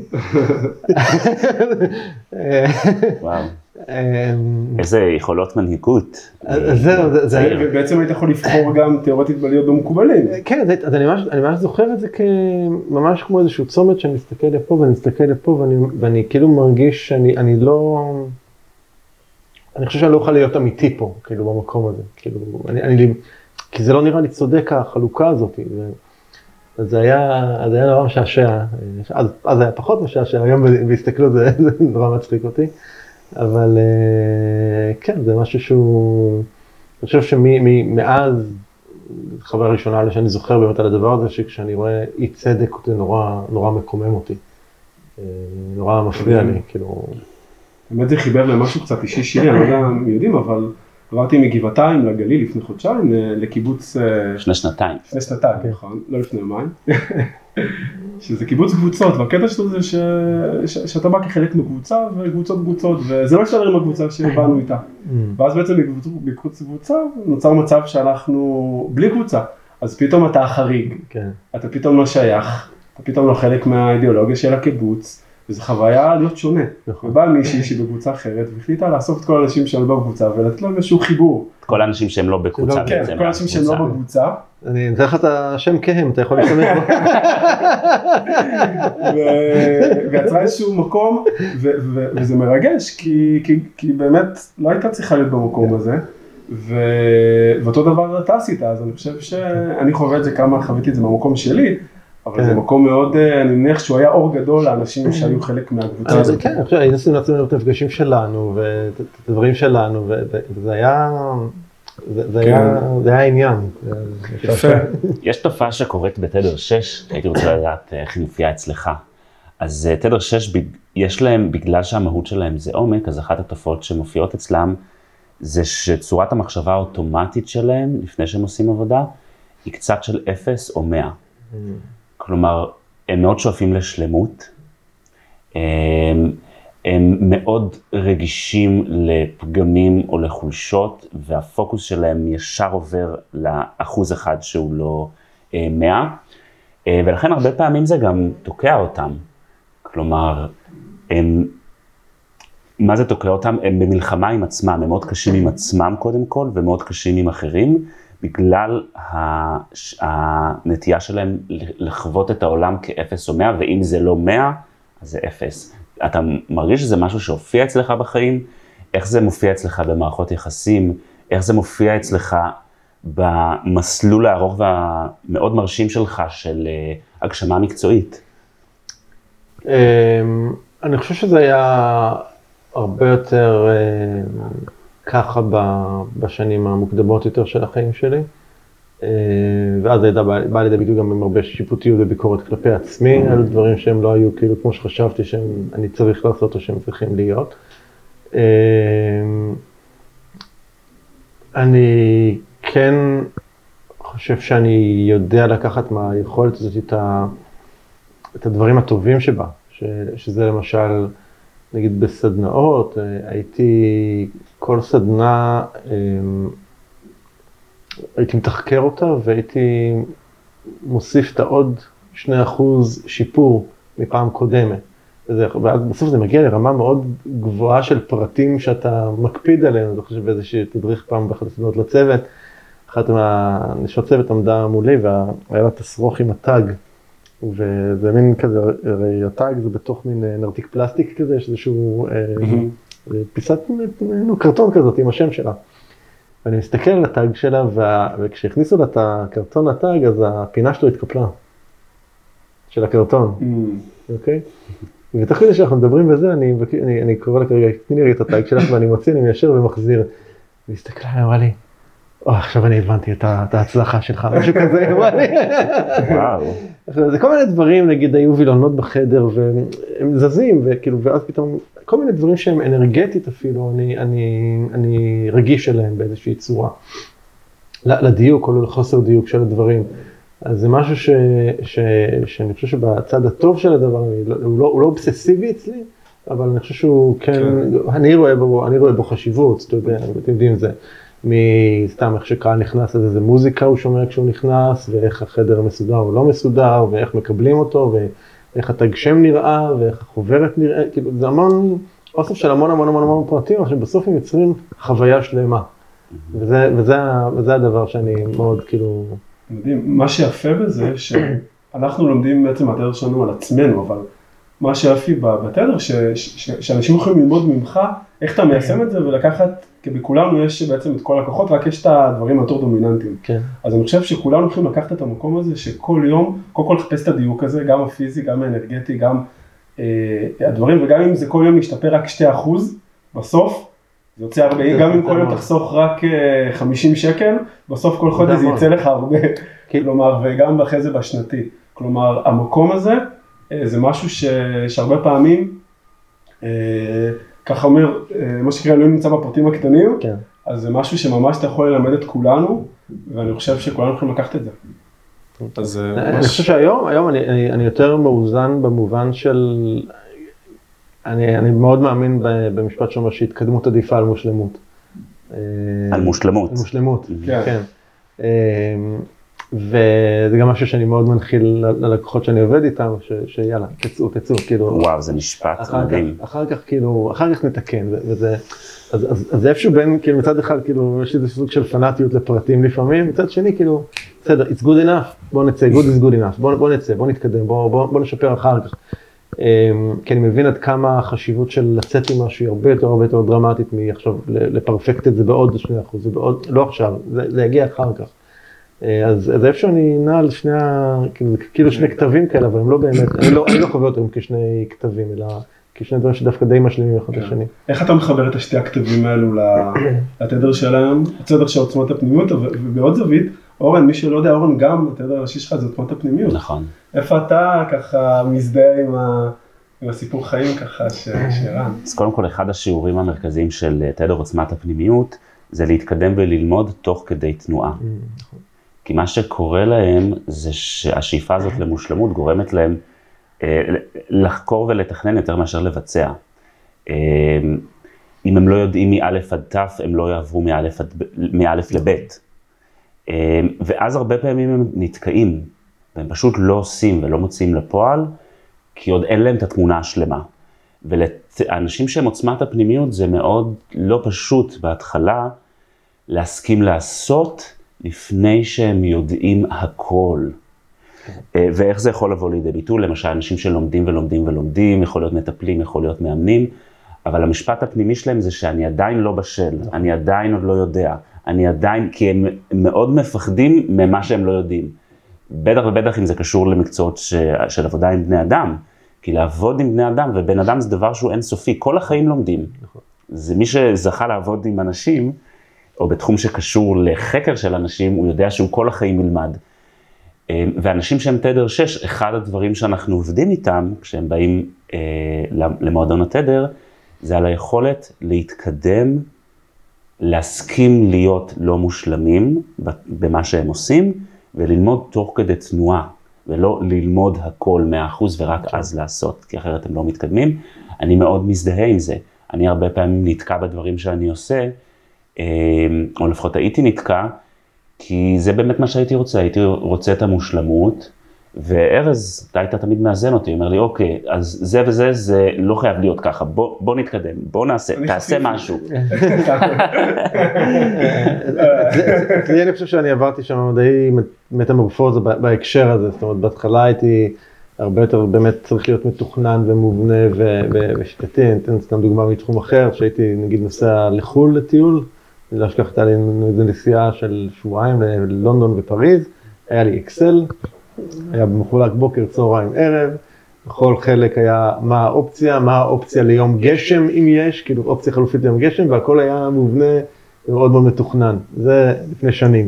וואו. איזה יכולות מנהיגות. זהו, ובעצם היית יכול לבחור גם תיאורטית בלהיות במקובלים. כן, אז אני ממש זוכר את זה ממש כמו איזשהו צומת שאני מסתכל לפה ואני מסתכל לפה ואני כאילו מרגיש שאני לא... אני חושב שאני לא אוכל להיות אמיתי פה, כאילו במקום הזה. כי זה לא נראה לי צודק החלוקה הזאת. אז זה היה נורא משעשע. אז זה היה פחות משעשע, היום בהסתכלות זה נורא מצחיק אותי. אבל כן, זה משהו שהוא, אני חושב שמאז, חוויה ראשונה שאני זוכר באמת על הדבר הזה, שכשאני רואה אי צדק, זה נורא מקומם אותי, נורא מפריע לי, כאילו. באמת זה חיבר למשהו קצת אישי שלי, אני לא יודע אם יודעים, אבל עברתי מגבעתיים לגליל לפני חודשיים, לקיבוץ... לפני שנתיים, נכון, לא לפני יומיים. שזה קיבוץ קבוצות, והקטע שלו זה שאתה בא כחלק מקבוצה וקבוצות, וזה לא ישתדר עם הקבוצה שבאנו איתה. ואז בעצם בקבוצה נוצר מצב שאנחנו בלי קבוצה, אז פתאום אתה החריג, אתה פתאום לא שייך, אתה פתאום לא חלק מהאידיאולוגיה של הקיבוץ, וזו חוויה להיות שונה. ובאה מישהי שהיא בקבוצה אחרת, והחליטה לאסוף את כל האנשים שהם לא בקבוצה, ולתת להם איזשהו חיבור. כל האנשים שהם לא בקבוצה. כן, כל האנשים שהם לא בקבוצה. אני נתן לך את השם קהם, אתה יכול להשתמש בו. ויצרה איזשהו מקום, וזה מרגש, כי באמת לא הייתה צריכה להיות במקום הזה. ואותו דבר אתה עשית, אז אני חושב שאני חווה את זה כמה חוויתי את זה במקום שלי, אבל זה מקום מאוד, אני מניח שהוא היה אור גדול לאנשים שהיו חלק מהקבוצה הזאת. כן, אני חושב, היינו עושים לעצמנו את המפגשים שלנו, ואת הדברים שלנו, וזה היה עניין. יפה. יש תופעה שקורית בתדר 6, הייתי רוצה לדעת איך היא מופיעה אצלך. אז תדר 6, יש להם, בגלל שהמהות שלהם זה עומק, אז אחת התופעות שמופיעות אצלם, זה שצורת המחשבה האוטומטית שלהם, לפני שהם עושים עבודה, היא קצת של 0 או 100. כלומר, הם מאוד שואפים לשלמות, הם מאוד רגישים לפגמים או לחולשות, והפוקוס שלהם ישר עובר לאחוז אחד שהוא לא 100, ולכן הרבה פעמים זה גם תוקע אותם. כלומר, מה זה תוקע אותם? הם במלחמה עם עצמם, הם מאוד קשים עם עצמם קודם כל, ומאוד קשים עם אחרים, בגלל הנטייה שלהם לחוות את העולם כ-0 או 100, ואם זה לא 100, אז זה 0. אתה מרגיש שזה משהו שהופיע אצלך בחיים? איך זה מופיע אצלך במערכות יחסים? איך זה מופיע אצלך במסלול הארוך והמאוד מרשים שלך של הגשמה מקצועית? אני חושב שזה היה הרבה יותר ככה בשנים המוקדמות יותר של החיים שלי. ואז זה בא לידי ביטוי גם עם הרבה שיפוטיות וביקורת כלפי עצמי, על דברים שהם לא היו כאילו כמו שחשבתי שאני צריך לעשות או שהם צריכים להיות. אני כן חושב שאני יודע לקחת מהיכולת הזאת את הדברים הטובים שבה, שזה למשל, נגיד בסדנאות, הייתי כל סדנה, הייתי מתחקר אותה והייתי מוסיף את העוד 2% שיפור מפעם קודמת. ואז בסוף זה מגיע לרמה מאוד גבוהה של פרטים שאתה מקפיד עליהם. אני חושב באיזושהי תדריך פעם באחת הסדנאות לצוות, אחת מהנשות צוות עמדה מולי והיה לה תסרוך עם הטאג. וזה מין כזה, הרי הטאג זה בתוך מין נרתיק פלסטיק כזה, יש איזשהו פיסת קרטון כזאת עם השם שלה. ואני מסתכל על הטאג שלה, וכשהכניסו לה את הקרטון הטאג, אז הפינה שלו התקפלה. של הקרטון. אוקיי? ותוך כדי שאנחנו מדברים בזה, אני קורא לה כרגע, תני לי את הטאג שלך, ואני מוציא, אני מיישר ומחזיר. והסתכלה, אמרה לי, עכשיו אני הבנתי את ההצלחה שלך, משהו כזה, אמרה לי. וואו. זה כל מיני דברים, נגיד, היו וילונות בחדר, והם זזים, וכאילו, ואז פתאום, כל מיני דברים שהם אנרגטית אפילו, אני רגיש אליהם באיזושהי צורה. לדיוק או לחוסר דיוק של הדברים. אז זה משהו שאני חושב שבצד הטוב של הדבר, הוא לא אובססיבי אצלי, אבל אני חושב שהוא כן, אני רואה בו חשיבות, אתם יודעים זה. מסתם איך שקהל נכנס, אז איזה מוזיקה הוא שומע כשהוא נכנס, ואיך החדר מסודר או לא מסודר, ואיך מקבלים אותו, ואיך התגשם נראה, ואיך החוברת נראה, כאילו זה המון, אוסף של המון פרטים, אבל בסוף הם יוצרים חוויה שלמה. וזה הדבר שאני מאוד כאילו... מדהים, מה שיפה בזה, שאנחנו לומדים בעצם מהתדר שלנו על עצמנו, אבל מה שיפי בתדר, שאנשים יכולים ללמוד ממך, איך אתה מיישם את זה ולקחת, כי בכולנו יש בעצם את כל הכוחות, רק יש את הדברים היותר דומיננטיים. כן. אז אני חושב שכולנו יכולים לקחת את המקום הזה, שכל יום, קודם כל לחפש את הדיוק הזה, גם הפיזי, גם האנרגטי, גם הדברים, וגם אם זה כל יום משתפר רק 2%, בסוף, זה יוצא הרבה, גם אם כל יום תחסוך רק 50 שקל, בסוף כל חודש זה יצא לך הרבה, כלומר, וגם אחרי זה בשנתי. כלומר, המקום הזה, זה משהו שהרבה פעמים, ככה אומר, מה שקרה לא נמצא בפרטים הקטנים, אז זה משהו שממש אתה יכול ללמד את כולנו, ואני חושב שכולנו יכולים לקחת את זה. אני חושב שהיום אני יותר מאוזן במובן של, אני מאוד מאמין במשפט שאומר שהתקדמות עדיפה על מושלמות. על מושלמות. על מושלמות, כן. וזה גם משהו שאני מאוד מנחיל ללקוחות שאני עובד איתם, שיאללה, תצאו, כאילו. וואו, זה משפט מדהים. אחר כך נתקן, וזה, אז זה איפשהו בין, כאילו מצד אחד, כאילו, יש לי איזה סוג של פנאטיות לפרטים לפעמים, מצד שני, כאילו, בסדר, it's good enough, בוא נצא, good is good enough, בוא נצא, בוא נתקדם, בוא נשפר אחר כך. כי אני מבין עד כמה החשיבות של לצאת עם משהו הרבה יותר דרמטית מעכשיו, לפרפקט את זה בעוד 2%, ובעוד, לא עכשיו, זה יגיע אחר כך. אז איפה שאני נע על כאילו שני כתבים כאלה, אבל הם לא באמת, אני לא חווה אותם כשני כתבים, אלא כשני דברים שדווקא די משלימים אחד לשני. איך אתה מחבר את השתי הכתבים האלו לתדר שלהם, התדר של עוצמת הפנימיות, ובעוד זווית, אורן, מי שלא יודע, אורן גם, התדר הראשי שלך זה עוצמת הפנימיות. נכון. איפה אתה ככה מזדהה עם הסיפור חיים ככה שרן. אז קודם כל, אחד השיעורים המרכזיים של תדר עוצמת הפנימיות, זה להתקדם וללמוד תוך כדי תנועה. כי מה שקורה להם, זה שהשאיפה הזאת למושלמות גורמת להם לחקור ולתכנן יותר מאשר לבצע. אם הם לא יודעים מאלף עד תף, הם לא יעברו מאלף לבית. ואז הרבה פעמים הם נתקעים, והם פשוט לא עושים ולא מוצאים לפועל, כי עוד אין להם את התמונה השלמה. ולאנשים שהם עוצמת הפנימיות, זה מאוד לא פשוט בהתחלה, להסכים לעשות לפני שהם יודעים הכל. ואיך זה יכול לבוא לידי ביטוי? למשל, אנשים שלומדים ולומדים ולומדים, יכול להיות מטפלים, יכול להיות מאמנים, אבל המשפט הפנימי שלהם זה שאני עדיין לא בשל, אני עדיין עוד לא יודע, אני עדיין, כי הם מאוד מפחדים ממה שהם לא יודעים. בטח ובטח אם זה קשור למקצועות של עבודה עם בני אדם, כי לעבוד עם בני אדם, ובן אדם זה דבר שהוא אינסופי, כל החיים לומדים. זה מי שזכה לעבוד עם אנשים, או בתחום שקשור לחקר של אנשים, הוא יודע שהוא כל החיים ילמד. ואנשים שהם תדר 6, אחד הדברים שאנחנו עובדים איתם, כשהם באים למועדון התדר, זה על היכולת להתקדם, להסכים להיות לא מושלמים במה שהם עושים, וללמוד תוך כדי תנועה, ולא ללמוד הכל 100% ורק אז לעשות, כי אחרת הם לא מתקדמים. אני מאוד מזדהה עם זה. אני הרבה פעמים נתקע בדברים שאני עושה, או לפחות הייתי נתקע, כי זה באמת מה שהייתי רוצה. הייתי רוצה את המושלמות, וארז, אתה היית תמיד מאזן אותי, אומר לי, אוקיי, אז זה וזה, זה לא חייב להיות ככה, בוא נתקדם, בוא נעשה, תעשה משהו. אני חושב שאני עברתי שם די מטמורפוזה בהקשר הזה, זאת אומרת, בהתחלה הייתי הרבה יותר באמת צריך להיות מתוכנן ומובנה ושיטתי. אני אתן סתם דוגמה מתחום אחר, שהייתי נגיד נוסע לחול לטיול, לא אשכח לי איזו נסיעה של שבועיים ללונדון ופריז, היה לי אקסל, היה מחולק בוקר, צהריים, ערב, בכל חלק היה מה האופציה ליום גשם אם יש, כאילו אופציה חלופית ליום גשם, והכל היה מובנה מאוד מאוד מתוכנן. זה לפני שנים.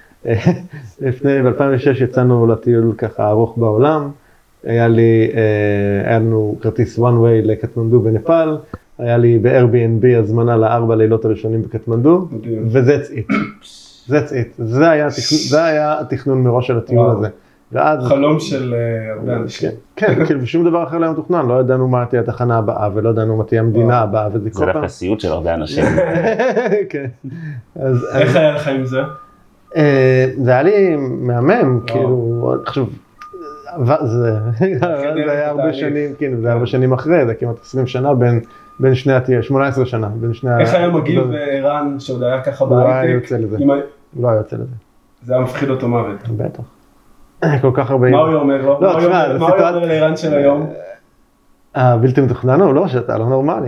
ב-2006 יצאנו לטיול ככה ארוך בעולם, היה לנו כרטיס one way לקטמנדו בנפאל, היה לי ב-Airbnb הזמנה ל4 לילות הראשונים בקטמנדו, ו-that's it. זה היה התכנון מראש של הטיול הזה. חלום של הרבה אנשים. כן, כאילו ושום דבר אחר לא מתוכנן, לא ידענו מה תהיה התחנה הבאה, ולא ידענו מה תהיה המדינה הבאה, וזה כל פעם. זה דווקא סיוט של הרבה אנשים. כן. איך היה לך עם זה? זה היה לי מהמם, כאילו, עכשיו, זה היה הרבה שנים, כאילו, זה היה הרבה שנים אחרי, זה כמעט 20 שנה בין שני 18 שנה, בין שני... איך היה מגיב ערן שעוד היה ככה בהייטק? לא היה יוצא לזה. זה היה מפחיד אותו מוות. בטח. כל כך הרבה... מה הוא אומר לו? מה הוא אומר לערן של היום? בלתי מתוכנן, לא, שאתה לא נורמלי.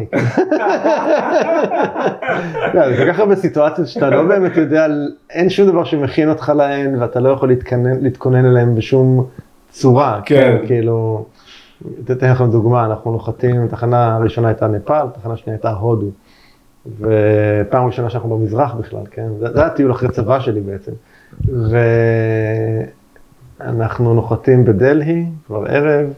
זה כל כך הרבה סיטואציות שאתה לא באמת יודע, אין שום דבר שמכין אותך להן, ואתה לא יכול להתכונן אליהן בשום צורה. כן. כאילו, תתן לכם דוגמה, אנחנו נוחתים, התחנה הראשונה הייתה נפאל, התחנה השנייה הייתה הודו. ופעם ראשונה שאנחנו במזרח בכלל, כן? זה היה טיול אחרי צבא שלי בעצם. אנחנו נוחתים בדלהי, כבר ערב,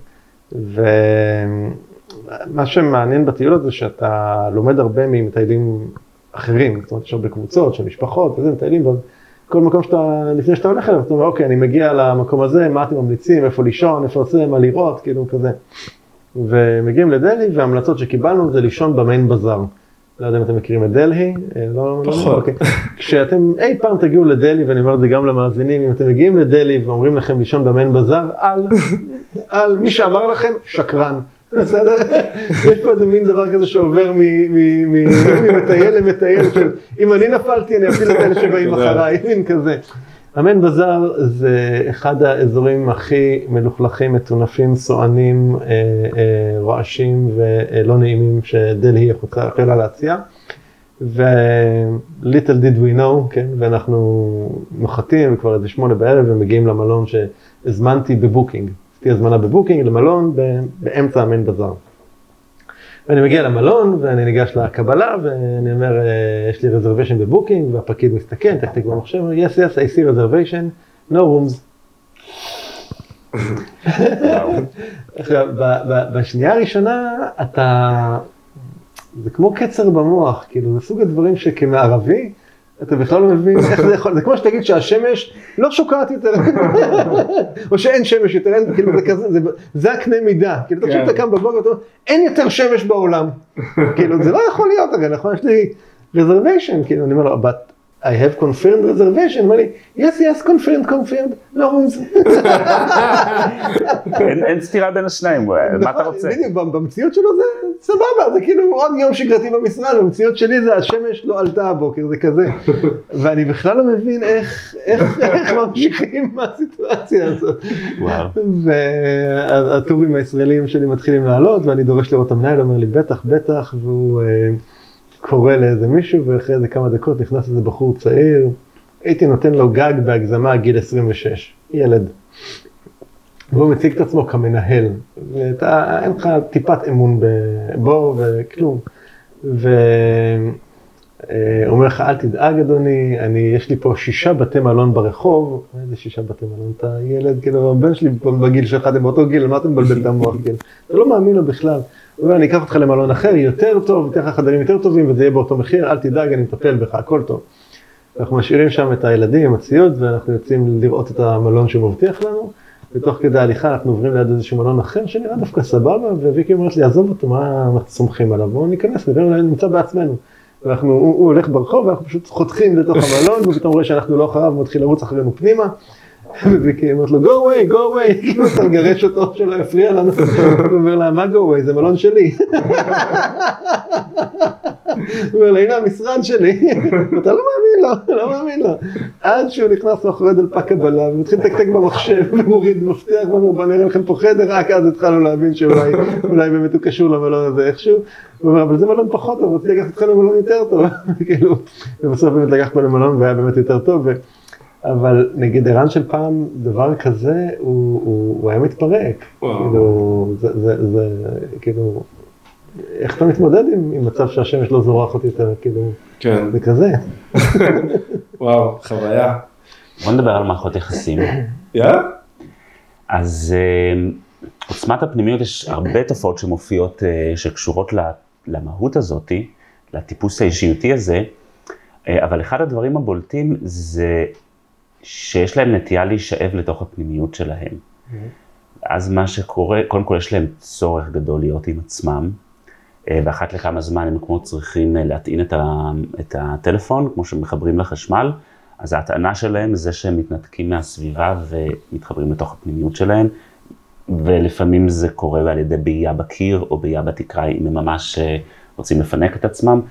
ומה שמעניין בטיול הזה שאתה לומד הרבה ממטיילים אחרים, זאת אומרת, יש הרבה קבוצות של משפחות, וזה מטיילים, כל מקום לפני שאתה הולך אליו, אתה אומר, אוקיי, אני מגיע למקום הזה, מה אתם ממליצים, איפה לישון, איפה עושה, מה לראות, כאילו כזה. ומגיעים לדלהי, וההמלצות שקיבלנו זה לישון במיין בזאר. לא יודע אם אתם מכירים את דלהי, לא, כשאתם אי פעם תגיעו לדלהי, ואני אומר את זה גם למאזינים, אם אתם מגיעים לדלהי ואומרים לכם לישון במיין בזאר, על מי שאמר לכם, שקרן. בסדר? יש פה איזה מין דבר כזה שעובר ממטייל למטייל, אם אני נפלתי, אני אפיל את אלה שבאים אחריי, מין כזה. המיין בזאר זה אחד האזורים הכי מלוכלכים, מטונפים, סוענים, רועשים ולא נעימים שדלהי יכולה להציע. ו-little did we know, כן? ואנחנו נוחתים כבר איזה 8 בערב ומגיעים למלון שהזמנתי בבוקינג. עשיתי הזמנה בבוקינג למלון באמצע המיין בזאר. ואני מגיע למלון ואני ניגש לקבלה ואני אומר, יש לי reservation בבוקינג, והפקיד מסתכל, תקתק במחשב, yes, I see reservation, no rooms. עכשיו, בשנייה הראשונה זה כמו קצר במוח, כאילו זה סוג הדברים שכמערבי, אתה בכלל לא מבין איך זה יכול, זה כמו שתגיד שהשמש לא שוקעת יותר, או שאין שמש יותר, כאילו זה כזה, זה הקנה מידה, כאילו תחשוב אתה קם בבוקר, אתה אומר, אין יותר שמש בעולם, כאילו זה לא יכול להיות, הרי נכון, יש לי reservation, כאילו אני אומר לו, but I have confirmed reservation, אמר לי, yes, confirmed, לא רואים זה. אין סתירה בין השניים, מה אתה רוצה? בדיוק, במציאות שלו זה סבבה, זה כאילו עוד יום שגרתי במשרד, במציאות שלי זה השמש לא עלתה הבוקר, זה כזה. ואני בכלל לא מבין איך ממשיכים מהסיטואציה הזאת. והטורים הישראלים שלי מתחילים לעלות, ואני דורש לראות המנהל, אומר לי, בטח, והוא קורא לאיזה מישהו, ואחרי איזה כמה דקות נכנס איזה בחור צעיר, הייתי נותן לו גג בהגזמה גיל 26, ילד. והוא מציג את עצמו כמנהל, ואין לך טיפת אמון בו וכלום. והוא אומר לך, אל תדאג אדוני, יש לי פה 6 בתי מלון ברחוב, איזה 6 בתי מלון, אתה ילד, כאילו, הבן שלי בגיל שלך, אתם באותו גיל, מה אתם מבלבל את המוח, כאילו? אתה לא מאמין לו בכלל. הוא אומר, אני אקח אותך למלון אחר, יותר טוב, אתן לך חדרים יותר טובים, וזה יהיה באותו מחיר, אל תדאג, אני מטפל בך, הכל טוב. אנחנו משאירים שם את הילדים עם הציוד, ואנחנו יוצאים לראות את המלון שהוא מבטיח לנו, ותוך כדי ההליכה אנחנו עוברים ליד איזשהו מלון אחר, שנראה דווקא סבבה, וויקי אומרת לי, עזוב אותו, מה אנחנו סומכים עליו? בואו ניכנס, אולי נמצא בעצמנו. הוא הולך ברחוב, ואנחנו פשוט חותכים לתוך המלון, ופתאום רואה שאנחנו לא אחריו, הוא מתחיל לרוץ אחרינו פנימה, וויקי אומרת לו, go away, כאילו אתה מגרש אותו שלא יפריע לנו. הוא אומר לה, מה go away? זה מלון שלי. הוא אומר לה, הנה המשרד שלי. אתה לא מאמין לו. עד שהוא נכנס מאחורי דלפק קבלה, ומתחיל לתקתק במחשב, ומוריד מפתח, ואומר, בוא נראה לכם פה חדר, רק אז התחלנו להבין שאולי באמת הוא קשור למלון הזה איכשהו. הוא אומר, אבל זה מלון פחות טוב, רציתי לקחת אתכם למלון יותר טוב. ובסוף באמת לקחת למלון, והיה באמת יותר טוב. אבל נגיד ערן של פעם, דבר כזה, הוא היה מתפרק. כאילו, כאילו, איך אתה מתמודד עם מצב שהשמש לא זורח אותי יותר, כאילו, זה כזה. וואו, חוויה. בוא נדבר על מערכות יחסים. אז עוצמת הפנימיות, יש הרבה תופעות שמופיעות, שקשורות למהות הזאת, לטיפוס האישיותי הזה, אבל אחד הדברים הבולטים זה שיש להם נטייה להישאב לתוך הפנימיות שלהם. אז מה שקורה, קודם כל יש להם צורך גדול להיות עם עצמם, ואחת לכמה זמן הם כמו צריכים להטעין את הטלפון, כמו שמחברים לחשמל, אז ההטענה שלהם זה שהם מתנתקים מהסביבה ומתחברים לתוך הפנימיות שלהם, ולפעמים זה קורה על ידי בעייה בקיר או בעייה בתקרה, אם הם ממש רוצים לפנק את עצמם.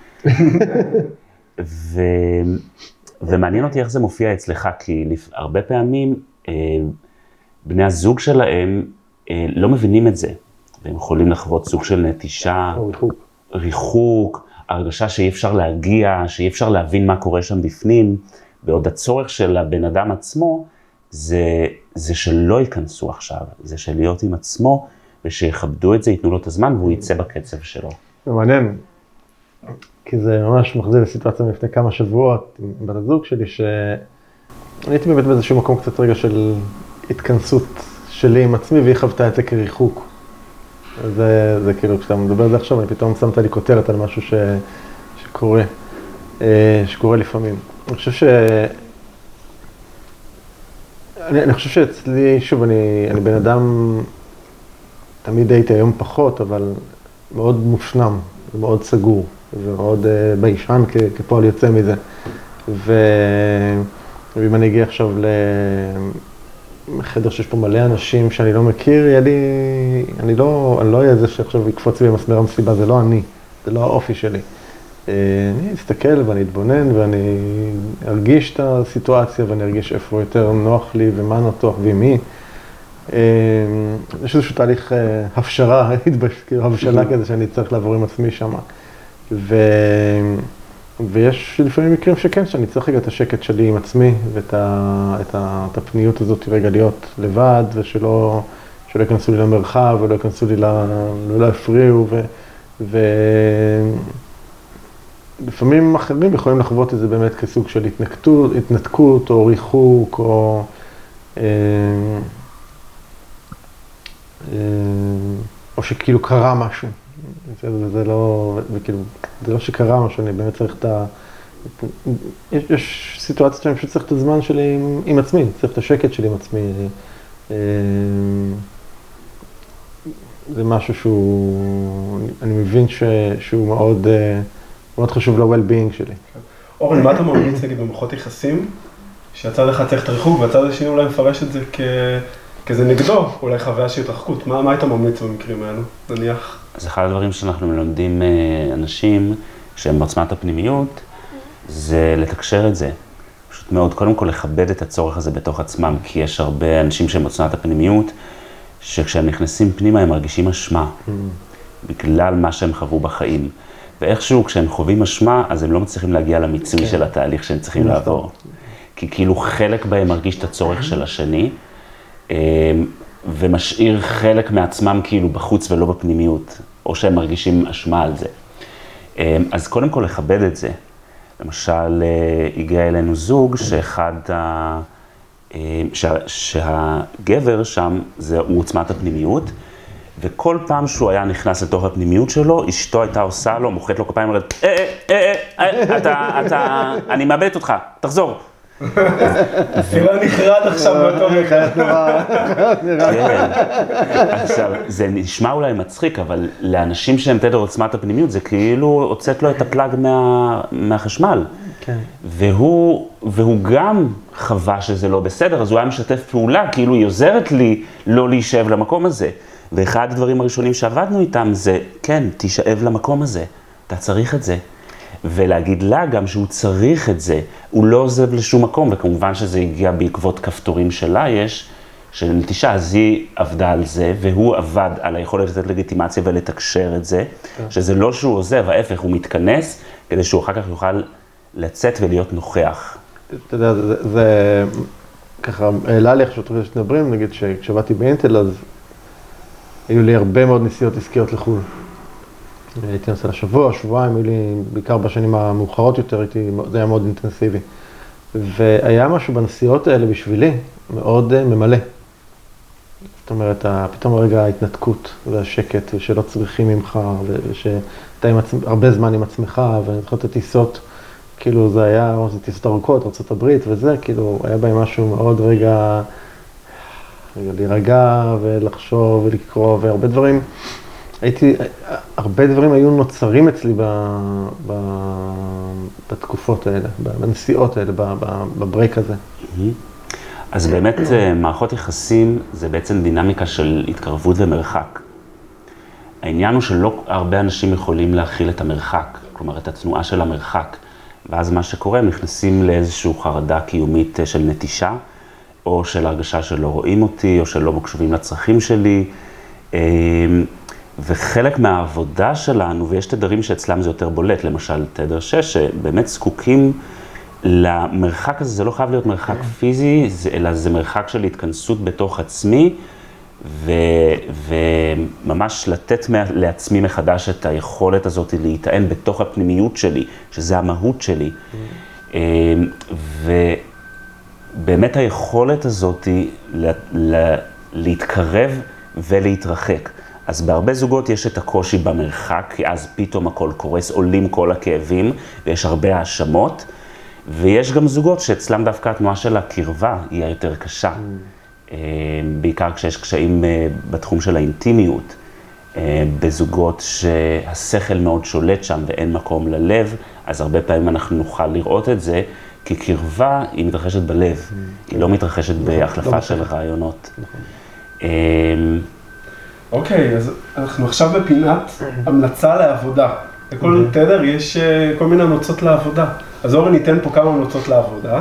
ומעניין אותי איך זה מופיע אצלך, כי הרבה פעמים בני הזוג שלהם לא מבינים את זה, והם יכולים לחוות סוג של נטישה, ריחוק, הרגשה שאי אפשר להגיע, שאי אפשר להבין מה קורה שם בפנים, ועוד הצורך של הבן אדם עצמו, זה שלא ייכנסו עכשיו, זה של להיות עם עצמו, ושיכבדו את זה, ייתנו לו את הזמן, והוא יצא בקצב שלו. זה מעניין. כי זה ממש מחזיר לסיטואציה לפני כמה שבועות עם בת הזוג שלי, שאני הייתי באמת באיזשהו מקום קצת רגע של התכנסות שלי עם עצמי, והיא חוותה את זה כריחוק. זה כאילו, כשאתה מדבר על זה עכשיו, אני פתאום שמת לי כותרת על משהו שקורה לפעמים. אני חושב שאצלי, שוב, אני בן אדם, תמיד הייתי היום פחות, אבל מאוד מופנם, מאוד סגור. ומאוד ביישן כפועל יוצא מזה. ואם אני אגיע עכשיו לחדר שיש פה מלא אנשים שאני לא מכיר, אני לא אהיה זה שעכשיו יקפוץ לי במסמר המסיבה, זה לא אני, זה לא האופי שלי. אני אסתכל ואני אתבונן ואני ארגיש את הסיטואציה ואני ארגיש איפה יותר נוח לי ומה נוח ומי. יש איזשהו תהליך הבשרה, הבשלה כזה שאני צריך לעבור עם עצמי שם. ויש לפעמים מקרים שכן, שאני צריך רגע את השקט שלי עם עצמי, ואת הפניות הזאת רגע להיות לבד, ושלא יכנסו לי למרחב, ולא יכנסו לי, לא להפריעו, ולפעמים אחרים יכולים לחוות את זה באמת כסוג של התנתקות, או ריחוק, או או שכאילו קרה משהו. זה לא, וכאילו, זה לא שקרה משהו, אני באמת צריך את ה... יש סיטואציות שאני פשוט צריך את הזמן שלי עם עצמי, צריך את השקט שלי עם עצמי. זה משהו שהוא, אני מבין שהוא מאוד חשוב ל-well-being שלי. אורן, מה אתה ממליץ נגיד במערכות יחסים, שהצד אחד צריך את הריחוק והצד השני אולי מפרש את זה כזה נגדו, אולי חוויה של התרחקות. מה היית ממליץ במקרים האלו, נניח? אז אחד הדברים שאנחנו מלמדים אנשים שהם בעוצמת הפנימיות, זה לתקשר את זה. פשוט מאוד, קודם כל לכבד את הצורך הזה בתוך עצמם, כי יש הרבה אנשים שהם בעוצמת הפנימיות, שכשהם נכנסים פנימה הם מרגישים אשמה, בגלל מה שהם חוו בחיים. ואיכשהו כשהם חווים אשמה, אז הם לא מצליחים להגיע למיצוי של התהליך שהם צריכים לעבור. כי כאילו חלק בהם מרגיש את הצורך של השני, ומשאיר חלק מעצמם כאילו בחוץ ולא בפנימיות, או שהם מרגישים אשמה על זה. אז קודם כל לכבד את זה. למשל, הגיע אלינו זוג שהגבר שם הוא עוצמת הפנימיות, וכל פעם שהוא היה נכנס לתוך הפנימיות שלו, אשתו הייתה עושה לו, מוחאת לו כפיים, אומרת, אני מאבדת אותך, תחזור. פירה נחרד עכשיו באותו רגע. כן. עכשיו, זה נשמע אולי מצחיק, אבל לאנשים שהם תדר עוצמת הפנימיות, זה כאילו הוצאת לו את הפלאג מהחשמל. והוא גם חווה שזה לא בסדר, אז הוא היה משתף פעולה, כאילו היא עוזרת לי לא להישאב למקום הזה. ואחד הדברים הראשונים שעבדנו איתם זה, כן, תישאב למקום הזה, אתה צריך את זה. ולהגיד לה גם שהוא צריך את זה, הוא לא עוזב לשום מקום, וכמובן שזה הגיע בעקבות כפתורים שלה של נטישה, אז היא עבדה על זה, והוא עבד על היכולת לתת לגיטימציה ולתקשר את זה, שזה לא שהוא עוזב, ההפך, הוא מתכנס, כדי שהוא אחר כך יוכל לצאת ולהיות נוכח. אתה יודע, זה ככה, העלה לי עכשיו תוך שתדברים, נגיד שכשעבדתי באינטל, אז היו לי הרבה מאוד נסיעות עסקיות לחו"ל. הייתי נוסע לשבוע, שבועיים, היו לי, בעיקר בשנים המאוחרות יותר, זה היה מאוד אינטנסיבי. והיה משהו בנסיעות האלה בשבילי מאוד ממלא. זאת אומרת, פתאום הרגע ההתנתקות והשקט, ושלא צריכים ממך, ושאתה הרבה זמן עם עצמך, ואני זוכר את הטיסות, כאילו זה היה, זה טיסות ארוכות, ארצות הברית וזה, כאילו היה בהם משהו מאוד רגע להירגע ולחשוב ולקרוא, והרבה דברים. הרבה דברים היו נוצרים אצלי בתקופות האלה, בנסיעות האלה, בברייק הזה. אז באמת מערכות יחסים זה בעצם דינמיקה של התקרבות ומרחק. העניין הוא שלא הרבה אנשים יכולים להכיל את המרחק, כלומר את התנועה של המרחק, ואז מה שקורה, הם נכנסים לאיזושהי חרדה קיומית של נטישה, או של הרגשה שלא רואים אותי, או שלא מקשובים לצרכים שלי, וחלק מהעבודה שלנו, ויש תדרים שאצלם זה יותר בולט, למשל תדר 6, שבאמת זקוקים למרחק הזה, זה לא חייב להיות מרחק פיזי, אלא זה מרחק של התכנסות בתוך עצמי, וממש לתת לעצמי מחדש את היכולת הזאת להיטען בתוך הפנימיות שלי, שזה המהות שלי. ובאמת היכולת הזאת להתקרב ולהתרחק. אז בהרבה זוגות יש את הקושי במרחק, כי אז פתאום הכל קורס, עולים כל הכאבים, ויש הרבה האשמות, ויש גם זוגות שאצלם דווקא התנועה של הקרבה היא היותר קשה, בעיקר כשיש קשיים בתחום של האינטימיות, בזוגות שהשכל מאוד שולט שם ואין מקום ללב, אז הרבה פעמים אנחנו נוכל לראות את זה, כי קרבה היא מתרחשת בלב, היא לא מתרחשת בהחלפה של רעיונות. אוקיי, אז אנחנו עכשיו בפינת המלצה לעבודה. לכל תדר יש כל מיני המלצות לעבודה. אז אורן ניתן פה כמה המלצות לעבודה.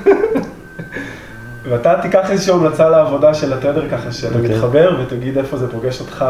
ואתה תיקח איזושהי המלצה לעבודה של התדר ככה, שאתה מתחבר ותגיד איפה זה פוגש אותך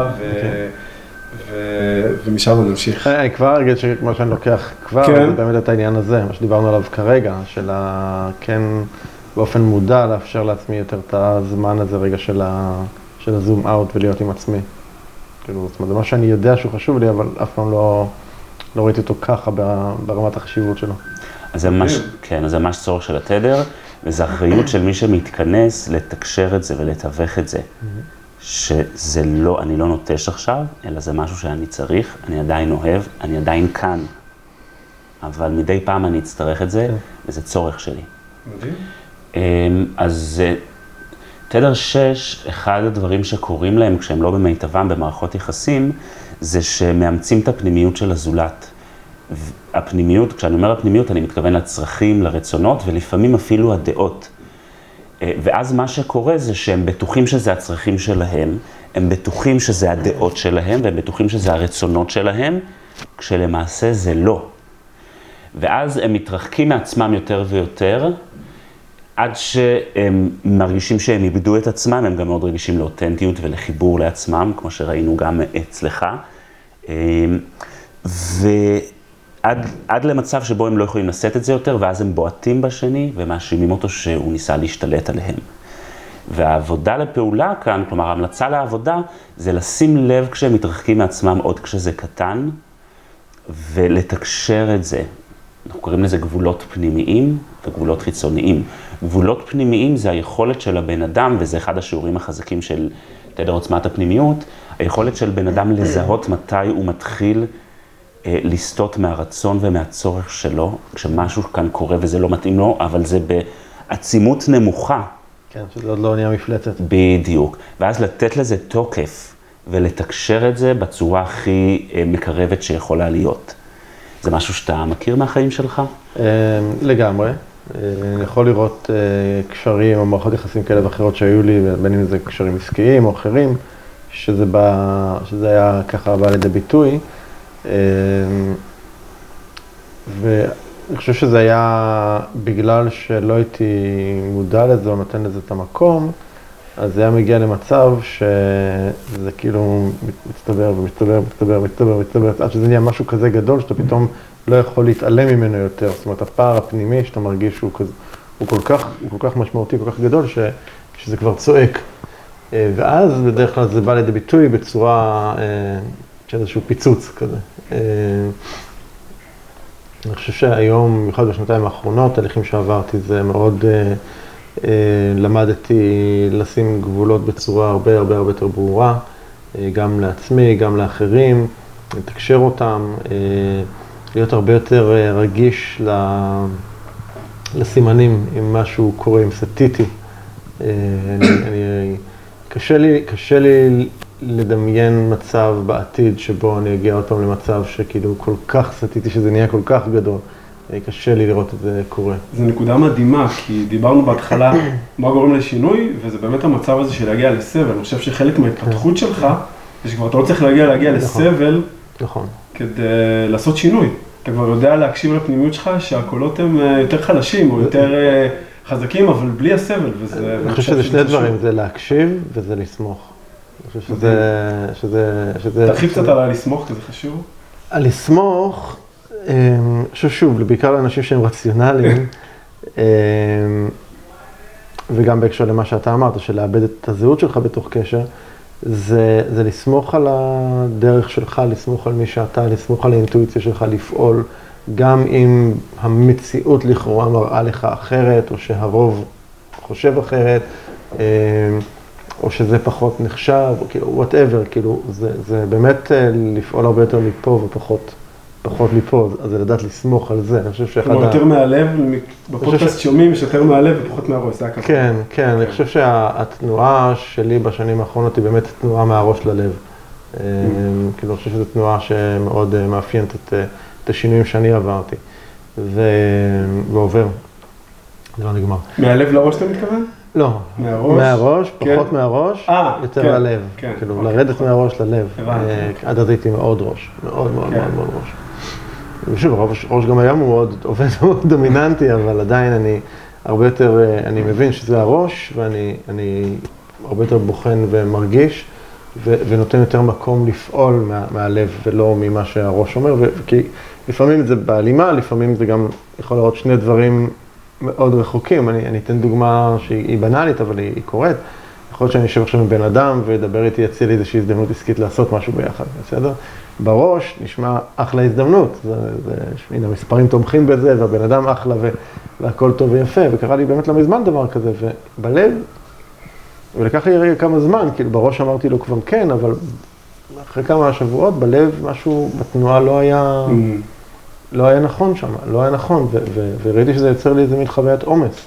ומשם נמשיך. אני כבר אגיד שמה שאני לוקח כבר, זה באמת את העניין הזה, מה שדיברנו עליו כרגע, של כן באופן מודע לאפשר לעצמי יותר את הזמן הזה רגע של הזום אאוט ולהיות עם עצמי. כאילו, זאת אומרת, זה מה שאני יודע שהוא חשוב לי, אבל אף פעם לא ראיתי אותו ככה ברמת החשיבות שלו. אז זה ממש, כן, זה ממש צורך של התדר, וזו אחריות של מי שמתכנס לתקשר את זה ולתווך את זה. שזה לא, אני לא נוטש עכשיו, אלא זה משהו שאני צריך, אני עדיין אוהב, אני עדיין כאן. אבל מדי פעם אני אצטרך את זה, וזה צורך שלי. מדהים. אז תדר 6, אחד הדברים שקורים להם כשהם לא במיטבם במערכות יחסים, זה שמאמצים את הפנימיות של הזולת. הפנימיות, כשאני אומר הפנימיות, אני מתכוון לצרכים, לרצונות, ולפעמים אפילו הדעות. ואז מה שקורה זה שהם בטוחים שזה הצרכים שלהם, הם בטוחים שזה הדעות שלהם, והם בטוחים שזה הרצונות שלהם, כשלמעשה זה לא. ואז הם מתרחקים מעצמם יותר ויותר, עד שהם מרגישים שהם איבדו את עצמם, הם גם מאוד רגישים לאותנטיות ולחיבור לעצמם, כמו שראינו גם אצלך. ועד למצב שבו הם לא יכולים לשאת את זה יותר, ואז הם בועטים בשני ומאשימים אותו שהוא ניסה להשתלט עליהם. והעבודה לפעולה כאן, כלומר ההמלצה לעבודה, זה לשים לב כשהם מתרחקים מעצמם עוד כשזה קטן, ולתקשר את זה. אנחנו קוראים לזה גבולות פנימיים וגבולות חיצוניים. גבולות פנימיים זה היכולת של הבן אדם, וזה אחד השיעורים החזקים של תדר עוצמת הפנימיות, היכולת של בן אדם לזהות מתי הוא מתחיל לסטות מהרצון ומהצורך שלו, כשמשהו כאן קורה וזה לא מתאים לו, אבל זה בעצימות נמוכה. כן, שזה עוד לא נהיה מפלצת. בדיוק. ואז לתת לזה תוקף ולתקשר את זה בצורה הכי מקרבת שיכולה להיות. זה משהו שאתה מכיר מהחיים שלך? לגמרי. אני יכול לראות קשרים או מערכות יחסים כאלה ואחרות שהיו לי, בין אם זה קשרים עסקיים או אחרים, שזה היה ככה בא לידי ביטוי. ואני חושב שזה היה בגלל שלא הייתי מודע לזה או נותן לזה את המקום, אז זה היה מגיע למצב שזה כאילו מצטבר ומצטבר, מצטבר, מצטבר, מצטבר, עד שזה נהיה משהו כזה גדול שאתה פתאום לא יכול להתעלם ממנו יותר. זאת אומרת, הפער הפנימי שאתה מרגיש הוא כל כך משמעותי, כל כך גדול, שזה כבר צועק. ואז בדרך כלל זה בא לידי ביטוי בצורה של איזשהו פיצוץ כזה. אני חושב שהיום, במיוחד בשנתיים האחרונות, תהליכים שעברתי, זה מאוד למדתי לשים גבולות בצורה הרבה יותר ברורה, גם לעצמי, גם לאחרים, לתקשר אותם, להיות הרבה יותר רגיש לסימנים אם משהו קורה, אם סטיתי. קשה לי לדמיין מצב בעתיד שבו אני אגיע עוד פעם למצב שכאילו כל כך סטיתי שזה נהיה כל כך גדול. קשה לי לראות את זה קורה. זו נקודה מדהימה, כי דיברנו בהתחלה מה גורם לשינוי, וזה באמת המצב הזה של להגיע לסבל. אני חושב שחלק מההתפתחות שלך, זה שכבר אתה לא צריך להגיע לסבל, נכון. כדי לעשות שינוי. אתה כבר יודע להקשיב לפנימיות שלך שהקולות הם יותר חלשים או יותר חזקים, אבל בלי הסבל. אני חושב שזה שני דברים, זה להקשיב וזה לסמוך. אני חושב שזה... תרחיב קצת על הלסמוך, כי זה חשוב. הלסמוך, אני חושב שוב, בעיקר לאנשים שהם רציונליים, וגם בהקשר למה שאתה אמרת, של לאבד את הזהות שלך בתוך קשר, זה לסמוך על הדרך שלך, לסמוך על מי שאתה, לסמוך על האינטואיציה שלך, לפעול, גם אם המציאות לכאורה מראה לך אחרת, או שהרוב חושב אחרת, או שזה פחות נחשב, או כאילו, whatever, כאילו, זה באמת לפעול הרבה יותר מפה ופחות מפה, אז זה לדעת לסמוך על זה. אני חושב שאחד כלומר, יותר מהלב, בפודקאסט שומעים יש יותר מהלב ופחות מהראש, זה הכוונה. כן, אני חושב שהתנועה שלי בשנים האחרונות היא באמת תנועה מהראש ללב. כאילו, אני חושב שזו תנועה שמאוד מאפיינת את השינויים שאני עברתי, ועובר. זה לא נגמר. מהלב לראש אתה מתכוון? לא, מהראש, פחות מהראש, יותר ללב. כאילו, לרדת מהראש ללב. עד אז הייתי מאוד ראש, מאוד ראש. ושוב, ראש גם היום הוא מאוד עובד מאוד דומיננטי, אבל עדיין אני מבין שזה הראש, ואני הרבה יותר בוחן ומרגיש, ונותן יותר מקום לפעול מהלב ולא ממה שהראש אומר, כי לפעמים זה בהלימה, לפעמים זה גם יכול לראות שני דברים מאוד רחוקים. אני אתן דוגמה שהיא בנאלית, אבל היא קורית. יכול להיות שאני אשב עכשיו עם בן אדם וידבר איתי, יציע לי איזושהי הזדמנות עסקית לעשות משהו ביחד, בסדר? בראש נשמע אחלה הזדמנות, הנה, המספרים תומכים בזה, והבן אדם אחלה והכל טוב ויפה, וקרה לי באמת לא מזמן דבר כזה, ובלב ולקח לי רגע כמה זמן, כאילו בראש אמרתי לו כבר כן, אבל אחרי כמה שבועות בלב משהו בתנועה לא היה נכון שם, לא היה נכון, וראיתי שזה יוצר לי איזה מין חוויית עומס.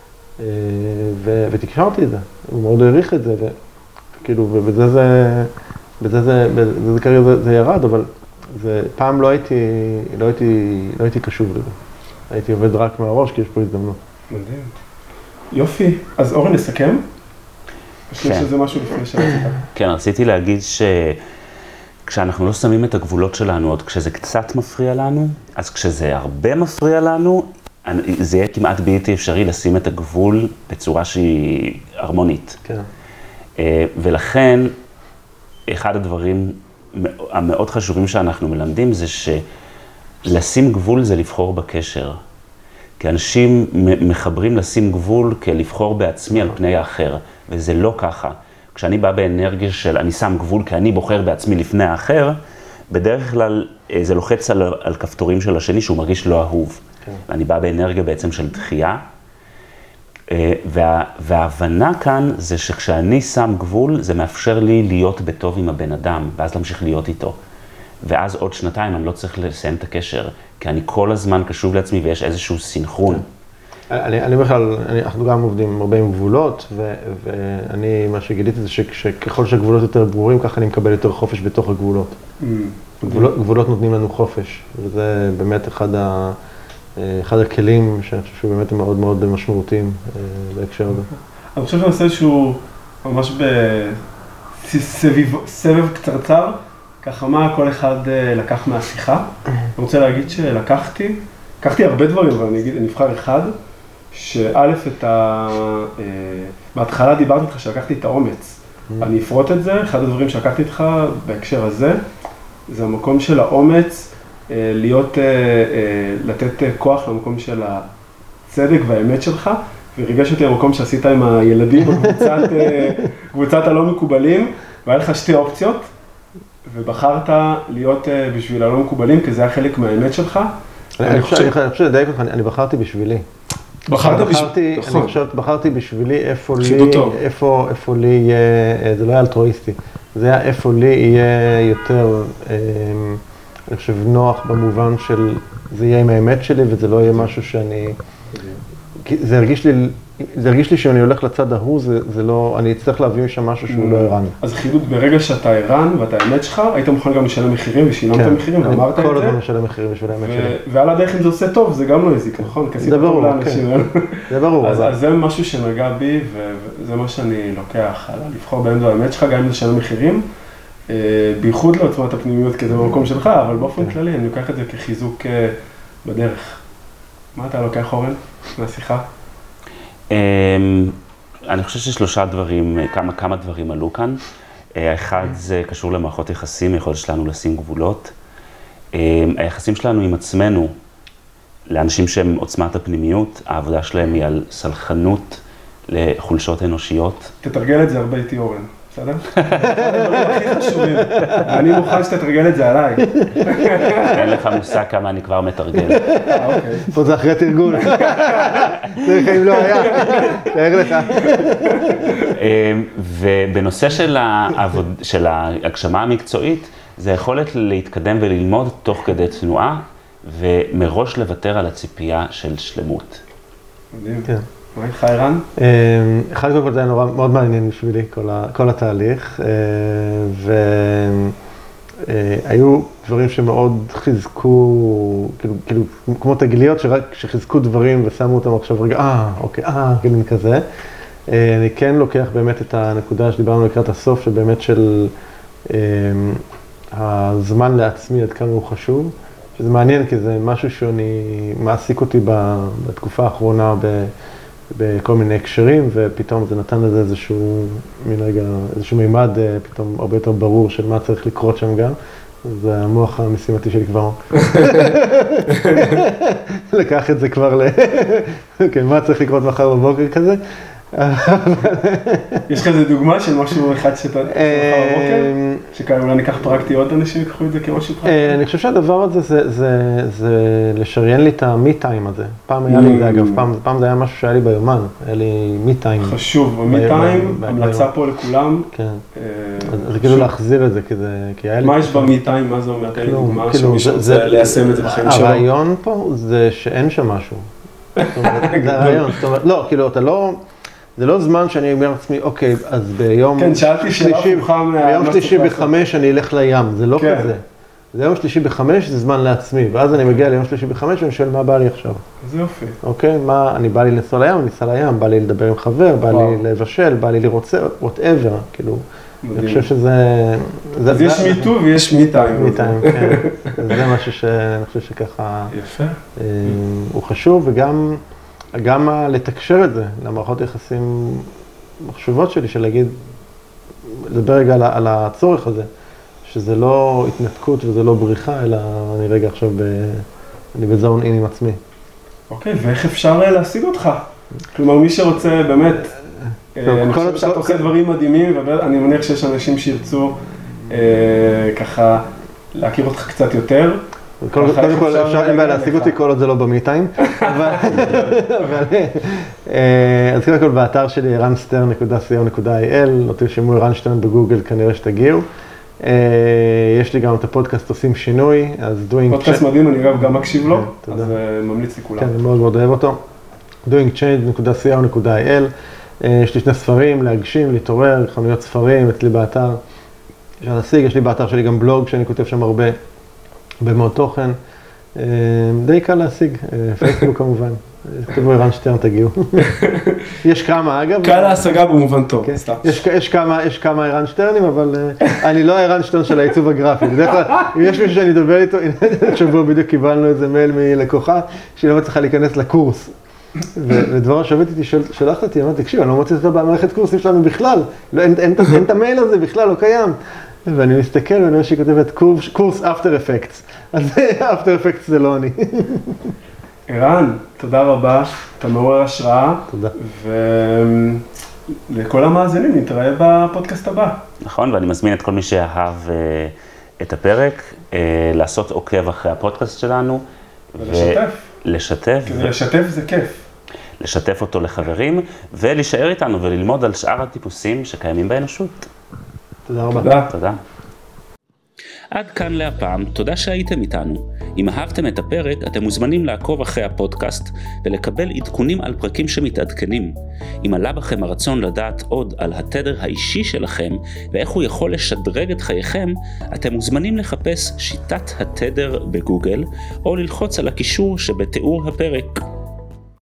ותקשרתי את זה, הוא מאוד העריך את זה, וכאילו, ובזה כרגע זה ירד, אבל פעם לא הייתי קשוב לזה. הייתי עובד רק מהראש, כי יש פה הזדמנות. מדהים. יופי, אז אורן, נסכם? חושב שזה משהו לפני שרצית. כן, רציתי להגיד כשאנחנו לא שמים את הגבולות שלנו, עוד כשזה קצת מפריע לנו, אז כשזה הרבה מפריע לנו, זה יהיה כמעט בלתי אפשרי לשים את הגבול בצורה שהיא הרמונית. כן. ולכן, אחד הדברים המאוד חשובים שאנחנו מלמדים זה שלשים גבול זה לבחור בקשר. כי אנשים מחברים לשים גבול כלבחור בעצמי על פני האחר, וזה לא ככה. כשאני בא באנרגיה של אני שם גבול כי אני בוחר בעצמי לפני האחר, בדרך כלל זה לוחץ על כפתורים של השני שהוא מרגיש לא אהוב. כן. ואני בא באנרגיה בעצם של דחייה, וההבנה כאן זה שכשאני שם גבול, זה מאפשר לי להיות בטוב עם הבן אדם, ואז להמשיך להיות איתו. ואז עוד שנתיים אני לא צריך לסיים את הקשר, כי אני כל הזמן קשוב לעצמי ויש איזשהו סינכרון. אני בכלל, אנחנו גם עובדים הרבה עם גבולות, ואני, מה שגיליתי זה שככל שהגבולות יותר ברורים, ככה אני מקבל יותר חופש בתוך הגבולות. גבולות נותנים לנו חופש, וזה באמת אחד הכלים שאני חושב שהוא באמת מאוד מאוד משמעותיים בהקשר הזה. אני חושב שאני עושה איזשהו ממש בסבב קצרצר, ככה מה כל אחד לקח מהשיחה. אני רוצה להגיד שלקחתי הרבה דברים, אבל אני אבחר אחד, שא' בהתחלה דיברתי איתך שלקחתי את האומץ. אני אפרוט את זה, אחד הדברים שלקחתי איתך בהקשר הזה, זה המקום של האומץ, לתת כוח למקום של הצדק והאמת שלך, וריגש אותי המקום שעשית עם הילדים בקבוצת הלא מקובלים, והיה לך שתי אופציות, ובחרת להיות בשביל הלא מקובלים, כי זה היה חלק מהאמת שלך. אני חושב לדייק אותך, אני בחרתי בשבילי. בחרתי בשבילי איפה לי יהיה, זה לא היה אלטרואיסטי, זה היה איפה לי יהיה יותר, אני חושב, נוח במובן של זה יהיה עם האמת שלי וזה לא יהיה משהו שאני, זה הרגיש לי שאני הולך לצד ההוא, זה לא, אני אצטרך להביא משם משהו שהוא לא ערן. אז חידוד, ברגע שאתה ערן ואתה האמת שלך, היית מוכן גם לשלם מחירים ושילמת מחירים ואמרת את זה. כל הזמן משלם מחירים בשביל האמת שלי. ועל הדרך אם זה עושה טוב, זה גם לא הזיק, נכון? זה ברור, כן. זה ברור. אז זה משהו שנגע בי וזה מה שאני לוקח, לבחור בין זו האמת שלך, גם אם לשלם מחירים, בייחוד לעוצמת הפנימיות כי זה במקום שלך, אבל באופן כללי אני לוקח את זה כחיזוק בדרך. מה אתה לוקח, אורן, מהשיחה? אני חושב ששלושה דברים, כמה דברים עלו כאן. האחד זה קשור למערכות יחסים, היכולת שלנו לשים גבולות. היחסים שלנו עם עצמנו, לאנשים שהם עוצמת הפנימיות, העבודה שלהם היא על סלחנות לחולשות אנושיות. תתרגל את זה הרבה איתי, אורן. בסדר? זה הדברים הכי חשובים. אני מוכן שתתרגל את זה עליי. אין לך מושג כמה אני כבר מתרגל. אוקיי. פה זה אחרי תרגול. זה אם לא היה. תאר לך. ובנושא של ההגשמה המקצועית, זה יכולת להתקדם וללמוד תוך כדי תנועה, ומראש לוותר על הציפייה של שלמות. מדהים. כן. מה איתך, ערן? אחד קודם כל זה היה מאוד מעניין בשבילי, כל התהליך, והיו דברים שמאוד חיזקו, כאילו כמו תגליות שחיזקו דברים ושמו אותם עכשיו רגע, אוקיי, כאילו כזה. אני כן לוקח באמת את הנקודה שדיברנו לקראת הסוף, שבאמת של הזמן לעצמי עד כמה הוא חשוב, שזה מעניין כי זה משהו שאני מעסיק אותי בתקופה האחרונה בכל מיני הקשרים, ופתאום זה נתן לזה איזשהו מימד פתאום הרבה יותר ברור של מה צריך לקרות שם גם. זה המוח המשימתי שלי כבר. לקח את זה כבר כן, מה צריך לקרות מחר בבוקר כזה. יש לך איזה דוגמה של משהו אחד שאתה עושה בבוקר? שאולי ניקח פרקטי עוד אנשים יקחו את זה כמשהו פרקטי? אני חושב שהדבר הזה זה לשריין לי את המי-טיים הזה. פעם היה לי זה אגב, פעם זה היה משהו שהיה לי ביומן, היה לי מי-טיים. חשוב, המי-טיים, המלצה פה לכולם. כן, אז כאילו להחזיר את זה, כי היה לי... מה יש במי-טיים, מה זה אומר? תן לי דוגמה שמישהו רוצה ליישם את זה בחיים שלו. הרעיון פה זה שאין שם משהו. זה הרעיון, זאת אומרת, לא, כאילו אתה לא... זה לא זמן שאני אומר לעצמי, אוקיי, אז ביום שלישי ב-5 אני אלך לים, זה לא כזה. זה יום שלישי ב-5 זה זמן לעצמי, ואז אני מגיע ליום שלישי ב-5 ואני שואל מה בא לי עכשיו. זה יופי. אוקיי, אני בא לי לנסוע לים, אני ניסע לים, בא לי לדבר עם חבר, בא לי לבשל, בא לי לראות סרט, whatever, כאילו, אני חושב שזה... אז יש מי-טו ויש מי-טיים. מי-טיים, כן. זה משהו שאני חושב שככה... יפה. הוא חשוב, וגם לתקשר את זה למערכות יחסים מחשובות שלי, של להגיד, לדבר רגע על הצורך הזה, שזה לא התנתקות וזה לא בריחה, אלא אני רגע עכשיו, אני בזון אין עם עצמי. אוקיי, ואיך אפשר להשיג אותך? כלומר, מי שרוצה באמת, אני חושב שאתה עושה דברים מדהימים, ואני מניח שיש אנשים שירצו ככה להכיר אותך קצת יותר. קודם כל אפשר להשיג אותי כל עוד זה לא במי-טיים, אבל אז קודם כל באתר שלי ערנסטרן.co.il, לא תרשמו ערן שטרן בגוגל, כנראה שתגיעו. יש לי גם את הפודקאסט עושים שינוי, אז פודקאסט מדהים, אני גם מקשיב לו, אז ממליץ לכולם. כן, אני מאוד מאוד אוהב אותו. doingchange.co.il, יש לי 2 ספרים, להגשים, להתעורר, חנויות ספרים, אצלי באתר. אפשר להשיג, יש לי באתר שלי גם בלוג שאני כותב שם הרבה מאוד תוכן. די קל להשיג, פייסבוק כמובן. כתבו ערן שטרן, תגיעו. יש כמה אגב. קל להשגה במובן טוב, סתם. יש כמה ערן שטרנים, אבל אני לא הערן שטרן של העיצוב הגרפי. בדרך כלל, אם יש מישהו שאני אדבר איתו, שבוע בדיוק קיבלנו איזה מייל מלקוחה, שהיא לא מצליחה להיכנס לקורס. ודבר השווית איתי שלחת אותי, אמרתי, תקשיב, אני לא מוצא אותו במערכת קורסים שלנו בכלל. אין את המייל הזה בכלל, לא קיים. ואני מסתכל ואני רואה שהיא כותבת קורס אפטר אפקטס. אז אפטר אפקטס זה לא אני. ערן, תודה רבה, אתה מעורר השראה. תודה. ולכל המאזינים נתראה בפודקאסט הבא. נכון, ואני מזמין את כל מי שאהב את הפרק, לעשות עוקב אחרי הפודקאסט שלנו. ולשתף. לשתף. כי לשתף זה כיף. לשתף אותו לחברים, ולהישאר איתנו וללמוד על שאר הטיפוסים שקיימים באנושות. תודה רבה. תודה. עד כאן להפעם, תודה שהייתם איתנו. אם אהבתם את הפרק, אתם מוזמנים לעקוב אחרי הפודקאסט ולקבל עדכונים על פרקים שמתעדכנים. אם עלה בכם הרצון לדעת עוד על התדר האישי שלכם ואיך הוא יכול לשדרג את חייכם, אתם מוזמנים לחפש שיטת התדר בגוגל או ללחוץ על הקישור שבתיאור הפרק.